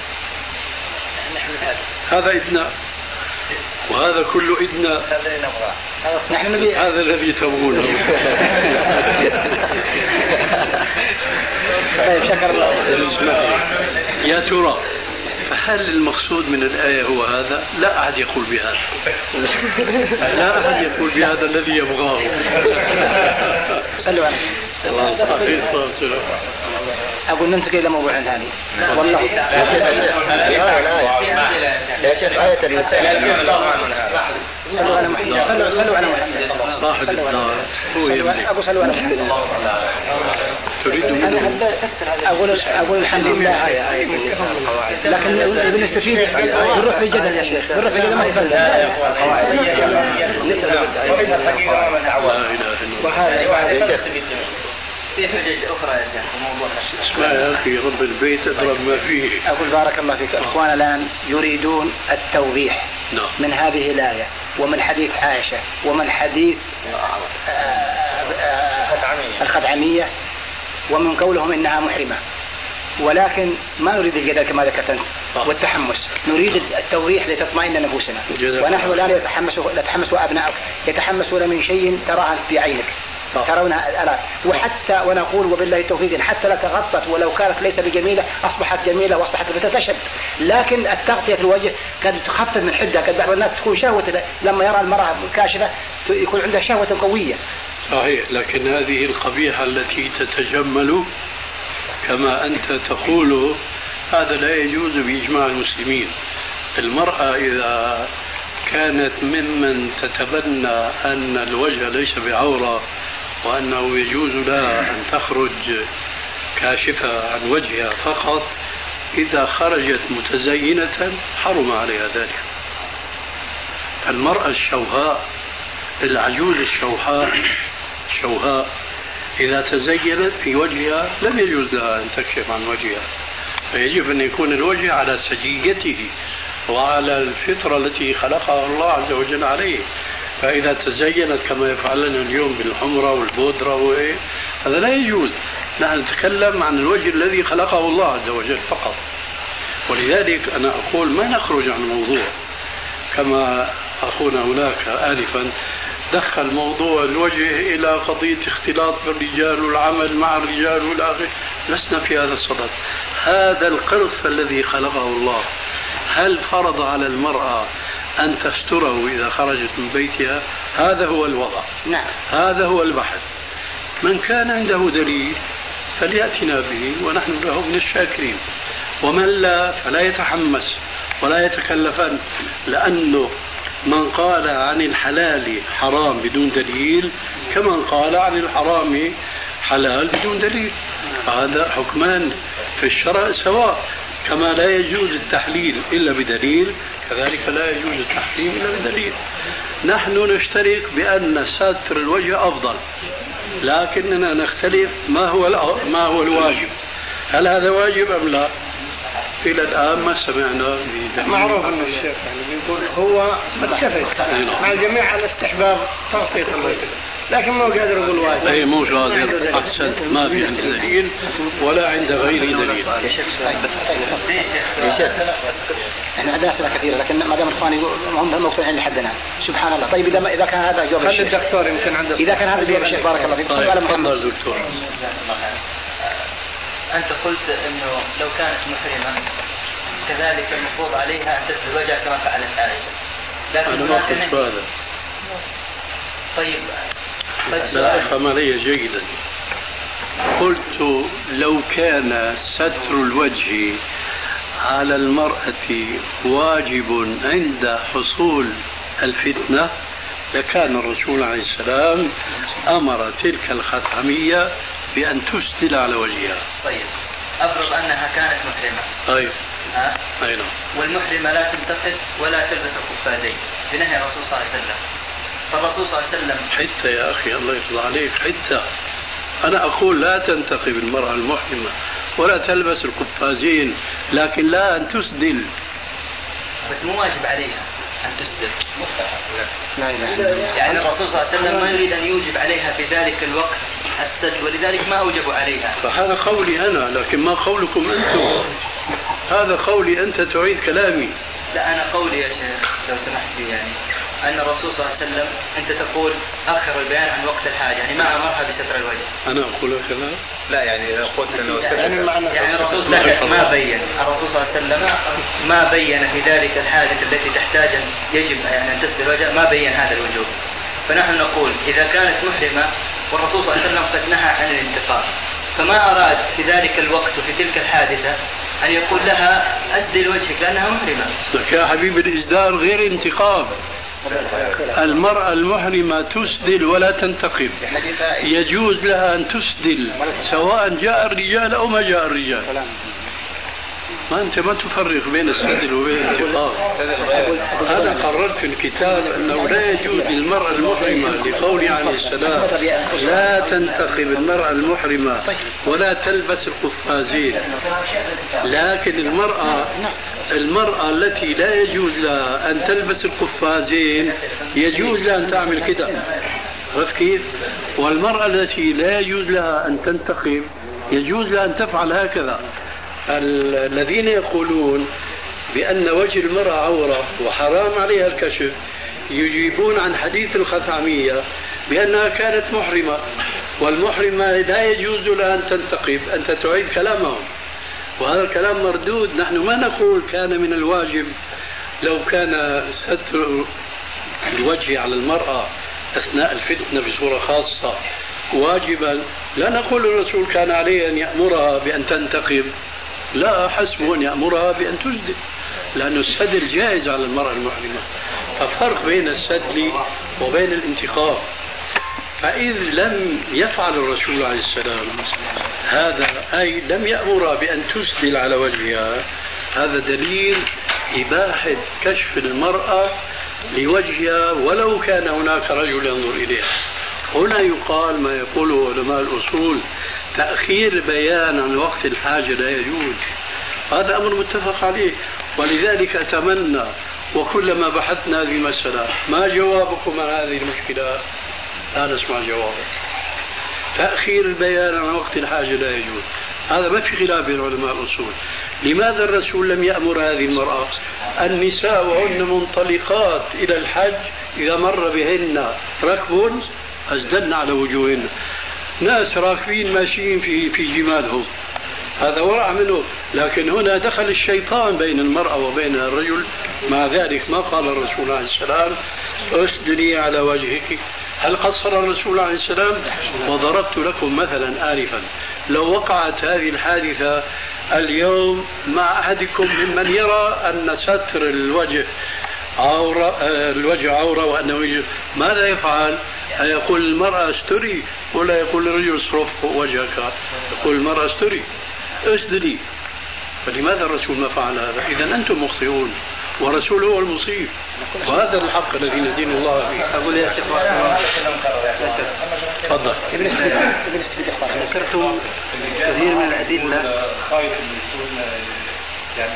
هذا إدناء، وهذا كله إدناء، هذا الذي تبغونه. شكر الله. يا ترى هل المقصود من الآية هو هذا؟ لا أحد يقول بهذا، لا أحد يقول بهذا الذي يبغاه. صلوا عليه. أقول ننتقل إلى موضوع ثاني. والله يا شيخ آية النساء. صلوا على محمد. صلوا على محمد. صاحب الدار هو يملك. أقول صلوا على محمد. تريد منه؟ أقول الحمد لله، لكن بنستفيد بنروح بالجدل يا شيخ، بنروح بالجدل ما يفهم. وهذا في حجج أخرى يا شيخ موضوع. اسمع يا أخي، رب البيت أدرى ما فيه. أقول بارك الله فيك. أخوان الآن يريدون التوضيح من هذه الآية ومن حديث عائشة ومن حديث الخدعمية ومن قولهم إنها محرمة، ولكن ما نريد الجدل كما ذكرت أنت والتحمس، نريد التوضيح لتطمئن نفوسنا. ونحن الآن يتحمس وأبنائك يتحمسون من شيء تراه بعينك، ترون الآن، وحتى ونقول وبالله التوفيق، حتى لو تغطت ولو كانت ليس بجميلة أصبحت جميلة وأصبحت بتتشد. لكن التغطية في الوجه قد تخفف من حدة، قد بعض الناس تكون شهوة لما يرى المرأة كاشفة يكون عندها شهوة قوية. صحيح، لكن هذه القبيحة التي تتجمل كما أنت تقول هذا لا يجوز بإجماع المسلمين. المرأة إذا كانت ممن تتبنى أن الوجه ليس بعورة وأنه يجوز لها أن تخرج كاشفة عن وجهها فقط، إذا خرجت متزينة حرم عليها ذلك. المرأة الشوهاء، العجوز الشوهاء إذا تزينت في وجهها لم يجوز لها أن تكشف عن وجهها، فيجب أن يكون الوجه على سجيته وعلى الفطرة التي خلقها الله عز وجل عليه. فإذا تزينت كما يفعلون اليوم بالحمرة والبودرة هذا لا يجوز. نحن نتكلم عن الوجه الذي خلقه الله عز وجل فقط. ولذلك أنا أقول ما نخرج عن الموضوع كما أخونا هناك آنفا دخل موضوع الوجه إلى قضية اختلاط بالرجال والعمل مع الرجال والآخر. لسنا في هذا الصدد. هذا القرص الذي خلقه الله هل فرض على المرأة أن تستره إذا خرجت من بيتها؟ هذا هو الوضع. نعم. هذا هو البحث. من كان عنده دليل فليأتنا به ونحن له من الشاكرين، ومن لا فلا يتحمس ولا يتكلفن، لأنه من قال عن الحلال حرام بدون دليل كمن قال عن الحرام حلال بدون دليل. هذا حكمان في الشرع سواء. كما لا يجوز التحليل إلا بدليل كذلك لا يجوز التحريم إلا بدليل. نحن نشترك بأن ستر الوجه أفضل، لكننا نختلف ما هو الواجب. هل هذا واجب أم لا؟ إلى الآن ما سمعنا بدليل. معروف أن الشيخ يعني يقول هو متفق مع الجميع على استحباب تغطية الوجه، لكن ما قادر يقول واجب. أي مو قادر. أحسنت، ما في عند دليل ولا عند غير دليل. يا شيخ احنا عندنا أسئلة كثيرة، لكن ما دام الإخوان هم مقتنعين لحد الآن. سبحان الله. طيب إذا كان هذا جواب الشيخ، الدكتور يمكن عنده. إذا كان هذا جواب الشيخ بارك الله فيك. طيب تفضل دكتور. أنت قلت إنه لو كانت محرمة كذلك المفروض عليها أن تسد وجهها كما فعلت عائشة. أنا ما قلت هذا. طيب لا أفهم علي جيدا. قلت لو كان ستر الوجه على المرأة واجب عند حصول الفتنة لكان الرسول عليه السلام أمر تلك الخثعمية بأن تسدل على وجهها. طيب أفرض أنها كانت محرمة. طيب. أي نعم. والمحرمة لا تنتقد ولا تلبس القفازين بنهي الرسول صلى الله عليه وسلم. فالرسول صلى الله عليه وسلم حتى يا أخي الله يرضى عليك حتى أنا أقول لا تنتقب المرأة المحرمة ولا تلبس القفازين لكن لا أن تسدل. بس مو واجب عليها أن تسدل. يعني الرسول صلى الله عليه وسلم ما يريد أن يوجب عليها في ذلك الوقت السدل ولذلك ما أوجب عليها. فهذا قولي أنا لكن ما قولكم أنتم. هذا قولي أنت تعيد كلامي. لا أنا قولي يا شيخ لو سمحت لي يعني أن الرسول صلى الله عليه وسلم أنت تقول أخر البيان عن وقت الحاجة يعني ما أمرها بستر الوجه. أنا أقول كذا؟ لا يعني قلت أنه يعني الرسول سكت ما بين. الرسول صلى الله عليه وسلم ما بين في ذلك الحاجة التي تحتاج يجب يعني أن تستر الوجه ما بين هذا الوجوب. فنحن نقول إذا كانت محرمة والرسول صلى الله عليه وسلم قد نهى عن الانتقاب فما أراد في ذلك الوقت وفي تلك الحادثة أن يقول لها أسدل وجهك لأنها محرمة. يا حبيبي الإسدال غير انتقاب. المرأة المحرمة تسدل ولا تنتقب يجوز لها أن تسدل سواء جاء الرجال أو ما جاء الرجال. ما أنت ما تفرق بين السدل وبين الانتقاب. أنا قررت في الكتاب أنه لا يجوز للمرأة المحرمة لقول عليه السلام لا تنتقب المرأة المحرمة ولا تلبس القفازين لكن المرأة التي لا يجوز لها أن تلبس القفازين يجوز لها أن تعمل كده. عرفت كيف؟ والمرأة التي لا يجوز لها أن تنتقب يجوز لها أن تفعل هكذا. الذين يقولون بأن وجه المرأة عورة وحرام عليها الكشف يجيبون عن حديث الخثعمية بأنها كانت محرمة والمحرمة لا يجوز لها أن تنتقب. أنت تعيد كلامهم وهذا الكلام مردود. نحن ما نقول كان من الواجب لو كان ستر الوجه على المرأة أثناء الفتنة بصورة خاصة واجبا لا نقول الرسول كان عليه أن يأمرها بأن تنتقب لا حسبه أن يأمرها بأن تسدل لأن السدل جائز على المرأة المحرمة. ففرق بين السدل وبين الانتقاب. فإذ لم يفعل الرسول عليه السلام هذا أي لم يأمرها بأن تسدل على وجهها هذا دليل إباحة كشف المرأة لوجهها ولو كان هناك رجل ينظر إليها. هنا يقال ما يقوله علماء الأصول تأخير بيان عن وقت الحاجة لا يجوز. هذا أمر متفق عليه ولذلك أتمنى وكلما بحثنا هذه المسألة ما جوابكم عن هذه المشكلة لا نسمع جوابه. تأخير البيان عن وقت الحاجة لا يجوز. هذا ما في خلاف بين علماء الأصول. لماذا الرسول لم يأمر هذه المرأة؟ النساء وهن منطلقات إلى الحج إذا مر بهن ركب أسدلن على وجوههن. ناس راكبين ماشيين في جمالهم هذا ورع منه. لكن هنا دخل الشيطان بين المرأة وبين الرجل. مع ذلك ما قال الرسول عليه السلام أسدلي على وجهك. هل قصر الرسول عليه السلام؟ وضربت لكم مثلا آنفا لو وقعت هذه الحادثة اليوم مع أحدكم ممن يرى أن ستر الوجه عورة وأنه وجه ماذا يفعل؟ يقول المرأة استري ولا يقول الرجل اصرف وجهك؟ يقول المرأة استري اسدلي. فلماذا الرسول ما فعل هذا؟ إذا أنتم مخطئون ورسول هو المصيب وهذا الحق الذي ندين الله به. أقول يا شيخ تفضل. ذكرتم كثير من الأدلة يعني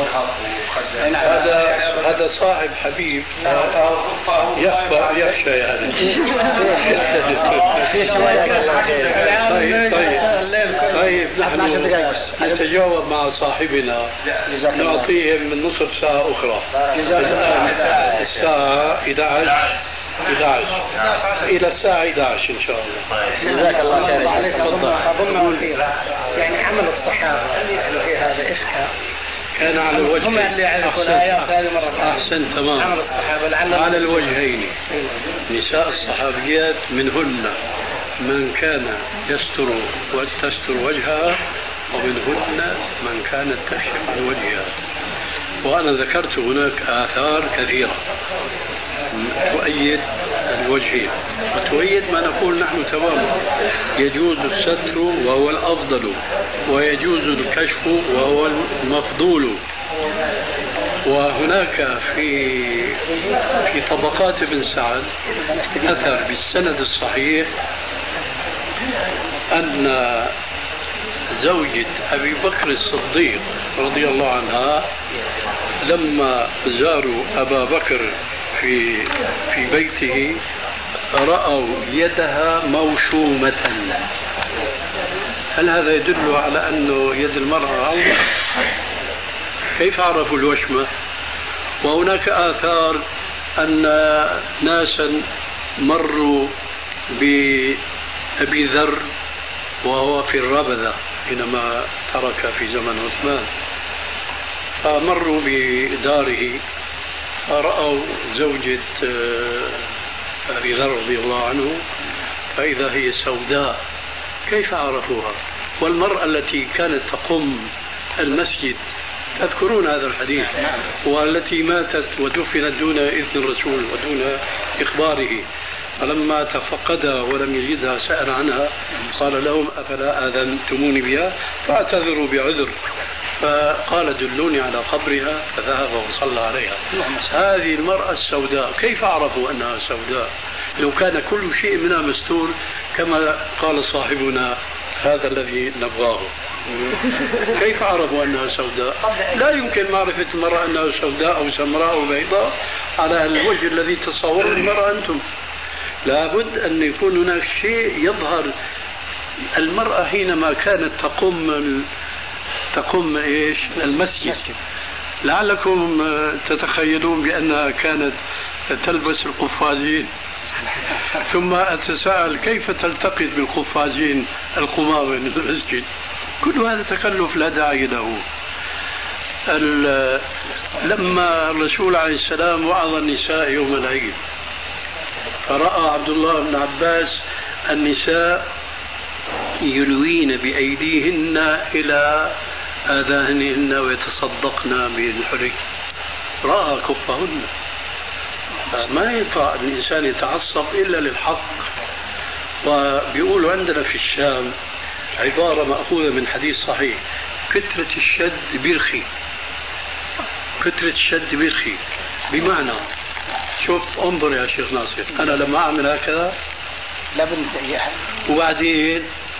هذا صاحب حبيب يخشى يعني. طيب نحن نتجاوب مع صاحبنا نعطيه من نصف ساعة أخرى. الساعة 11 إلى الساعة 11 إن شاء الله. جزاك الله خير. أظن يعني عمل الصحابة في هذا إشكال كان على الوجه. هم اللي يعرفوا الآيات هذه مرة. أحسن تمام. عمل الصحابة على الوجهين. نساء الصحابيات منهن من كان يستر وتستر وجهها ومنهن من كانت تكشف عن وجهها. وأنا ذكرت هناك آثار كثيرة تؤيد الوجهين وتؤيد ما نقول نحن تماما. يجوز الستر وهو الأفضل، ويجوز الكشف وهو المفضول. وهناك في طبقات ابن سعد أثر بالسند الصحيح أن زوجة أبي بكر الصديق رضي الله عنها لما زاروا أبا بكر في بيته رأوا يدها موشومة. هل هذا يدل على أنه يد المرأة عورة؟ كيف عرفوا الوشمة؟ وهناك آثار أن ناسا مروا بأبي ذر وهو في الربذة حينما ترك في زمن عثمان، فمروا بداره فرأوا زوجة أبي ذر رضي الله عنه فإذا هي سوداء. كيف عرفوها؟ والمرأة التي كانت تقم المسجد، تذكرون هذا الحديث، والتي ماتت ودفنت دون إذن الرسول ودون إخباره، فلما تفقدها ولم يجدها سأل عنها قال لهم أفلا آذنتموني بها؟ فاعتذروا بعذر، فقال دلوني على قبرها فذهب وصلى عليها. هذه المرأة السوداء كيف عرفوا أنها سوداء لو كان كل شيء منها مستور كما قال صاحبنا هذا الذي نبغاه؟ كيف عرفوا أنها سوداء؟ لا يمكن معرفة المرأة أنها سوداء أو سمراء أو بيضاء على الوجه الذي تصوره المرأة أنتم. لابد أن يكون هناك شيء يظهر. المرأة حينما كانت تقوم إيش المسجد، لعلكم تتخيلون بأنها كانت تلبس القفازين، ثم أتساءل كيف تلتقط بالقفازين القمامة من المسجد؟ كل هذا تكلف لا داعي له. لما الرسول عليه السلام وعظ النساء يوم العيد فرأى عبد الله بن عباس النساء يلوين بأيديهن إلى آذانهن ويتصدقن بالحري، رأى كفهن. ما ينفع الإنسان يتعصب إلا للحق. وبيقولوا عندنا في الشام عبارة مأخوذة من حديث صحيح: كثرة الشد بيرخي. كثرة الشد بيرخي بمعنى، شوف انظر يا شيخ ناصر، أنا لما أعمل هكذا وبعدين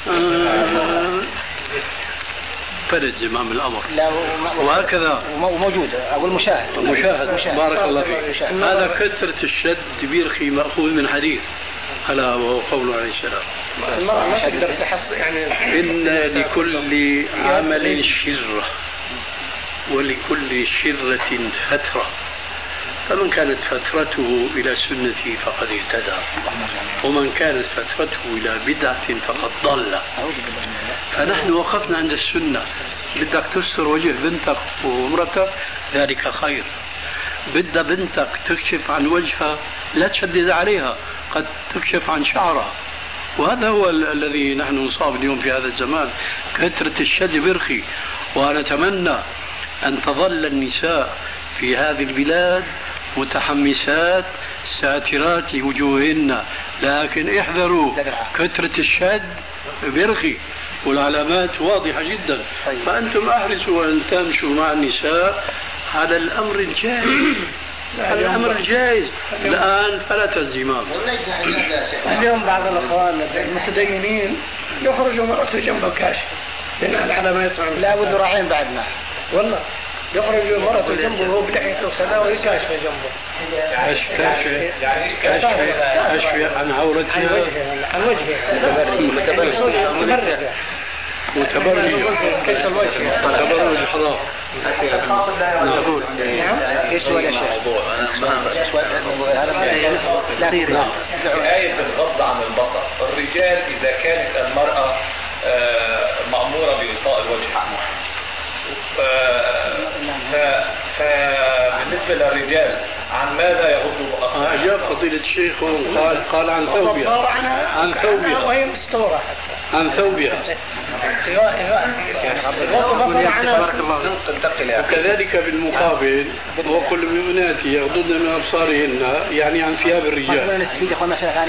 فرد زمام الأمر وهكذا وموجود أقول مشاهد بارك الله فيك. هذا كثرة الشد بيرخي مأخوذ من حديث ألا وهو قوله عليه السلام: المرأة ما تقدر تحصل يعني إن لكل عمل شرة ولكل شرة فترة، فمن كانت فترته إلى سنتي فقد اهتدى، ومن كانت فترته إلى بدعة فقد ضل. فنحن وقفنا عند السنة. بدك تستر وجه بنتك ومرتك ذلك خير. بدأ بنتك تكشف عن وجهها لا تشدد عليها، قد تكشف عن شعرها. وهذا هو الذي نحن نصاب اليوم في هذا الزمان، كثرة الشد برخي. ونتمنى أن تظل النساء في هذه البلاد متحمسات ساترات وجوههن، لكن احذروا كثرة الشد برخي والعلامات واضحة جدا. فأنتم أحرصوا أن تمشوا مع النساء على الأمر الجائز. الأمر الجائز الآن فلا تزمام. اليوم بعض الأخوان المتدينين يخرجوا مرأته جنب الكاشف بناء على ما يسمع. لا بد راعين بعدنا والله يخرج مرة جنبه وهو بلحيته كذا وهي كاشفة جنبه. كاشفة عن عورتها، عن وجهها، متبرج كيف الوجه، تبرج الحضارة. ايش سؤال يا شيخ؟ آية الغض عن البصر. الرجال إذا كانت المرأة مأمورة بإغطاء الوجه، فبالنسبة للرجال عن ماذا يغضوا؟ أجاب فضيلة الشيخ قال عن ثوبها، عن ثوبها وهي مستورة حتى. عن ثوبها. وكذلك بالمقابل وكل المؤمنات يغضضن من أبصارهن يعني عن ثياب الرجال. نستفيد يا اخوان مسألة ثانية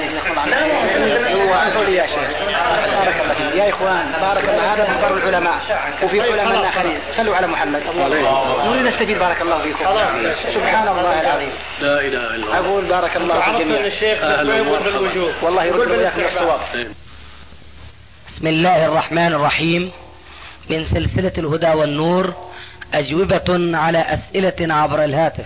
يا اخوان بارك الله هذا مقر العلماء وفي علماء آخرين صلوا على محمد نريد نستفيد بارك الله فيكم. سبحان الله العظيم لا إله إلا الله. أقول بارك الله في الجميع الشيخ بالوجوه والله يرد إياكم الصواب. بسم الله الرحمن الرحيم. من سلسلة الهدى والنور أجوبة على أسئلة عبر الهاتف.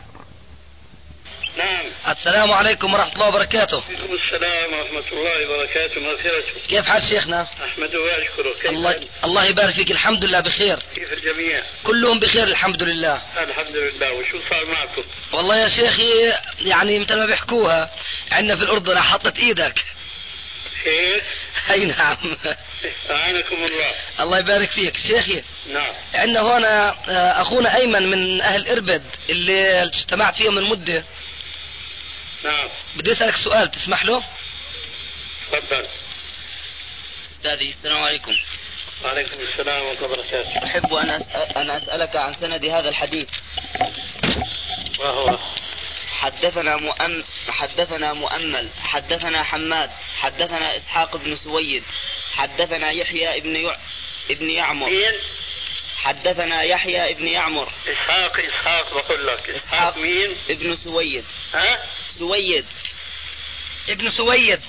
نعم. السلام عليكم ورحمة الله وبركاته. وعليكم السلام ورحمة الله وبركاته. مغفرته. كيف حال شيخنا؟ أحمده وأشكره. الله يبارك فيك. الحمد لله بخير. كيف الجميع؟ كلهم بخير الحمد لله. الحمد لله. وشو صار معكم؟ والله يا شيخي يعني مثل ما بيحكوها عندنا في الأردن حطت إيدك. هيك؟ أي نعم. أعانكم الله. الله يبارك فيك شيخي. نعم. عندنا هنا أخونا أيمن من أهل إربد اللي اجتمعت فيهم من مدة. نعم. بدي أسألك سؤال تسمح له؟ تفضل. أستاذي السلام عليكم. وعليكم السلام ورحمة الله وبركاته. أحب أن أسألك عن سند هذا الحديث. وهو حدثنا مؤمل حدثنا حماد حدثنا إسحاق بن سويد حدثنا يحيى ابن يعمر. حدثنا يحيى ابن يعمر. إسحاق بقول لك. إسحاق مين؟ ابن سويد. ها؟ سويد. ابن سويد.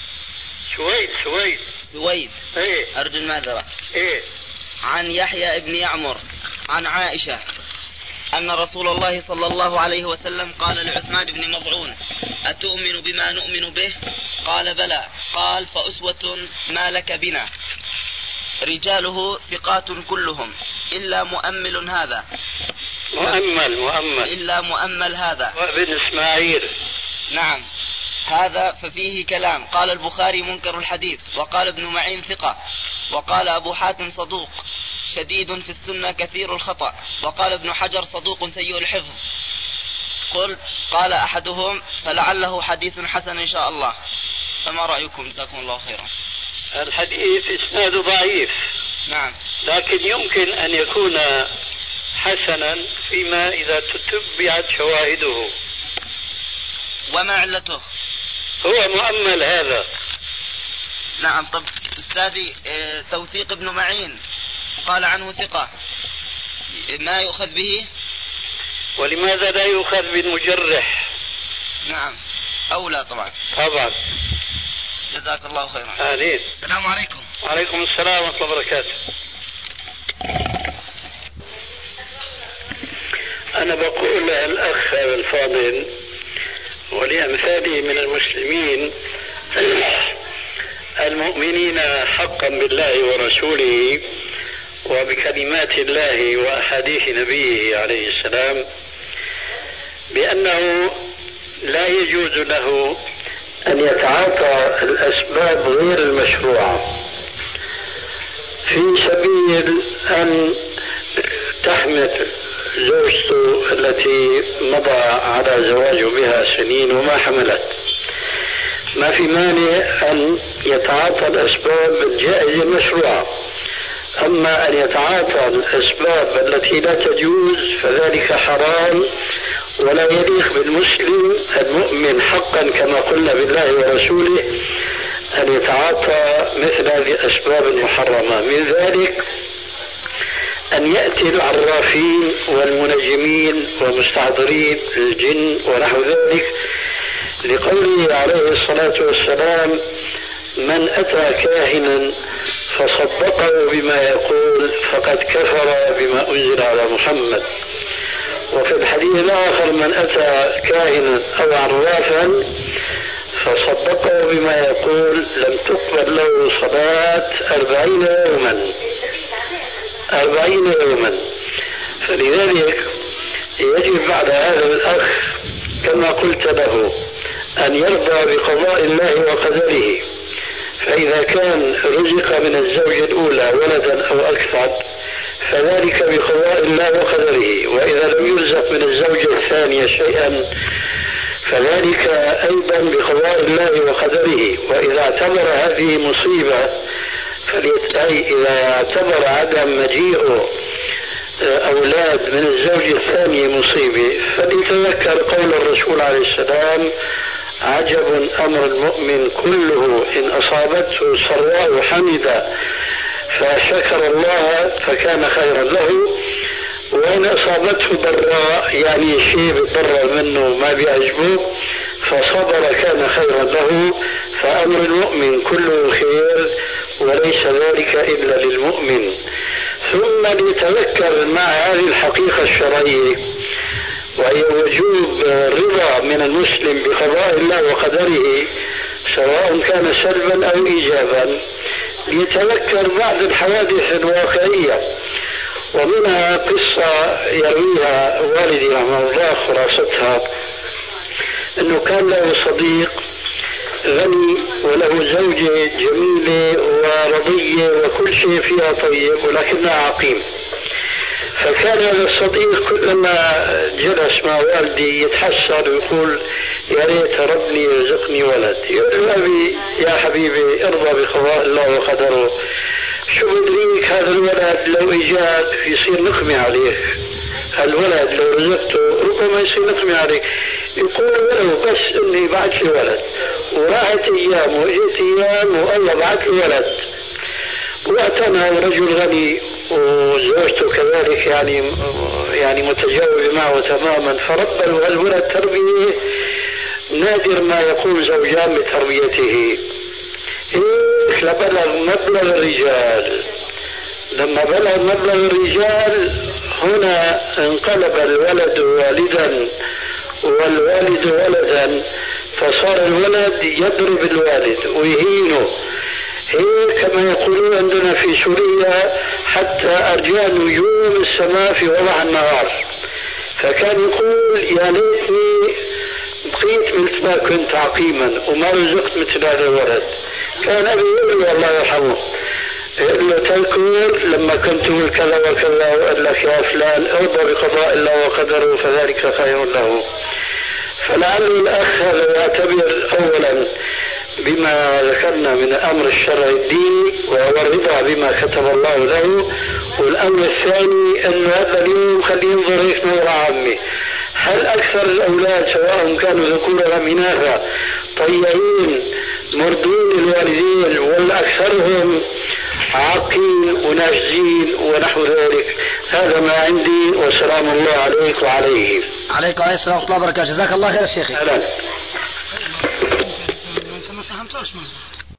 سويد. إيه؟ أرجو المعذرة. إيه؟ عن يحيى ابن يعمر عن عائشة أن رسول الله صلى الله عليه وسلم قال لعثمان بن مظعون: أتؤمن بما نؤمن به؟ قال: بلى. قال: فأسوة ما لك بنا. رجاله ثقات كلهم إلا مؤمل هذا. مؤمل إلا مؤمل هذا وابن إسماعيل. نعم. هذا ففيه كلام. قال البخاري: منكر الحديث. وقال ابن معين: ثقة. وقال أبو حاتم: صدوق شديد في السنة كثير الخطأ. وقال ابن حجر: صدوق سيء الحفظ. قال أحدهم: فلعله حديث حسن إن شاء الله. فما رأيكم؟ جزاكم الله خيرا. الحديث إسناده ضعيف. نعم. لكن يمكن أن يكون حسنا فيما إذا تتبعت شواهده. وما علته؟ هو مؤمل هذا. نعم. طب أستاذي توثيق ابن معين قال عنه ثقة، ما يؤخذ به؟ ولماذا لا يؤخذ بالمجرح؟ نعم أولى طبعا. جزاك الله خيرا. آمين. السلام عليكم. وعليكم السلام ورحمة الله وبركاته. أنا بقول الأخ الفاضل ولأمثاله من المسلمين المؤمنين حقا بالله ورسوله وبكلمات الله وأحاديث نبيه عليه السلام بأنه لا يجوز له أن يتعاطى الأسباب غير المشروعة في سبيل أن تحمل زوجته التي مضى على زواجه بها سنين وما حملت. ما في مانع أن يتعاطى الأسباب الجائزة المشروعة. أما أن يتعاطى الأسباب التي لا تجوز فذلك حرام ولا يليق بالمسلم المؤمن حقا كما قلنا بالله ورسوله أن يتعاطى مثل هذه الأسباب المحرمة. من ذلك أن يأتي العرافين والمنجمين ومستحضرين الجن ونحو ذلك، لقوله عليه الصلاة والسلام: من أتى كاهنا فصدقه بما يقول فقد كفر بما أنزل على محمد. وفي الحديث الآخر: من أتى كاهنا أو عرافا فصدقه بما يقول لم تقبل له صلاة 40 يوما. فلذلك يجب بعد هذا الأخ كما قلت له أن يرضى بقضاء الله وقدره، فإذا كان رزق من الزوجة الأولى ولدا أو أكثر فذلك بقضاء الله وقدره، وإذا لم يرزق من الزوجة الثانية شيئا فذلك أيضا بقضاء الله وقدره. وإذا اعتبر هذه مصيبة إذا اعتبر عدم مجيء أولاد من الزوج الثاني مصيبة فليتذكر قول الرسول عليه السلام: عجب أمر المؤمن كله إن أصابته سراء حمد فشكر الله فكان خيرا له، وإن أصابته ضراء يعني شيء بيتضرر منه ما بيعجبه فصبر كان خيرا له. فأمر المؤمن كله خير وليس ذلك إلا للمؤمن. ثم ليتذكر مع هذه الحقيقة الشرعية وهي وجوب الرضا من المسلم بقضاء الله وقدره سواء كان سلبا أو إيجابا، ليتذكر بعض الحوادث الواقعية، ومنها قصة يرويها والدي رحمه الله خلاصتها أنه كان له صديق غني وله زوجة جميلة ورضية وكل شيء فيها طيب ولكنها عقيم. فكان هذا الصديق كلما جلس مع والدي يتحسر ويقول: يا ريت ربني يرزقني ولد. يقول له: أبي يا حبيبي ارضى بقضاء الله وقدره، شو بدريك هذا الولد لو إجاك يصير نقمة عليك، الولد لو رزقته ربما يصير نقمة عليك. يقول: ولو بس اني بعت لي ولد. وراحت ايام واجت ايام والله بعت لي ولد، واعتنى رجل غني وزوجته كذلك يعني متجاوب معه تماما، فربى الولد تربية نادر ما يقوم زوجان بتربيته. لبلغ مبلغ الرجال. لما بلغ مبلغ الرجال هنا انقلب الولد والدا والوالد ولدا، فصار الولد يضرب الوالد ويهينه. هي كما يقولون عندنا في سوريا: حتى أرجاء نجوم السماء في وضع النهار. فكان يقول: يا ليتني بقيت مثل ما كنت عقيما وما رزقت مثل هذا الولد. كان أبي يقول له الله يرحمه، يقول له: تذكر لما كنت تقول كذا وكذا وقال لك يا فلان ارضى بقضاء الله وقدره فذلك خير له. فلعل الأخ هذا يعتبر أولا بما ذكرنا من الأمر الشرعي الديني وهو الرضا بما كتب الله له، والأمر الثاني أن هذا اليوم خليه ينظر هيك نظرة عامة: هل أكثر الأولاد سواء كانوا ذكورا أم إناثا طيعين مرضين الوالدين ولا أكثرهم عاقين وناشزين ونحو ذلك؟ هذا ما عندي، وسلام الله عليك وعليه. عليكم السلام ورحمة الله وبركاته. جزاك الله خير الشيخ.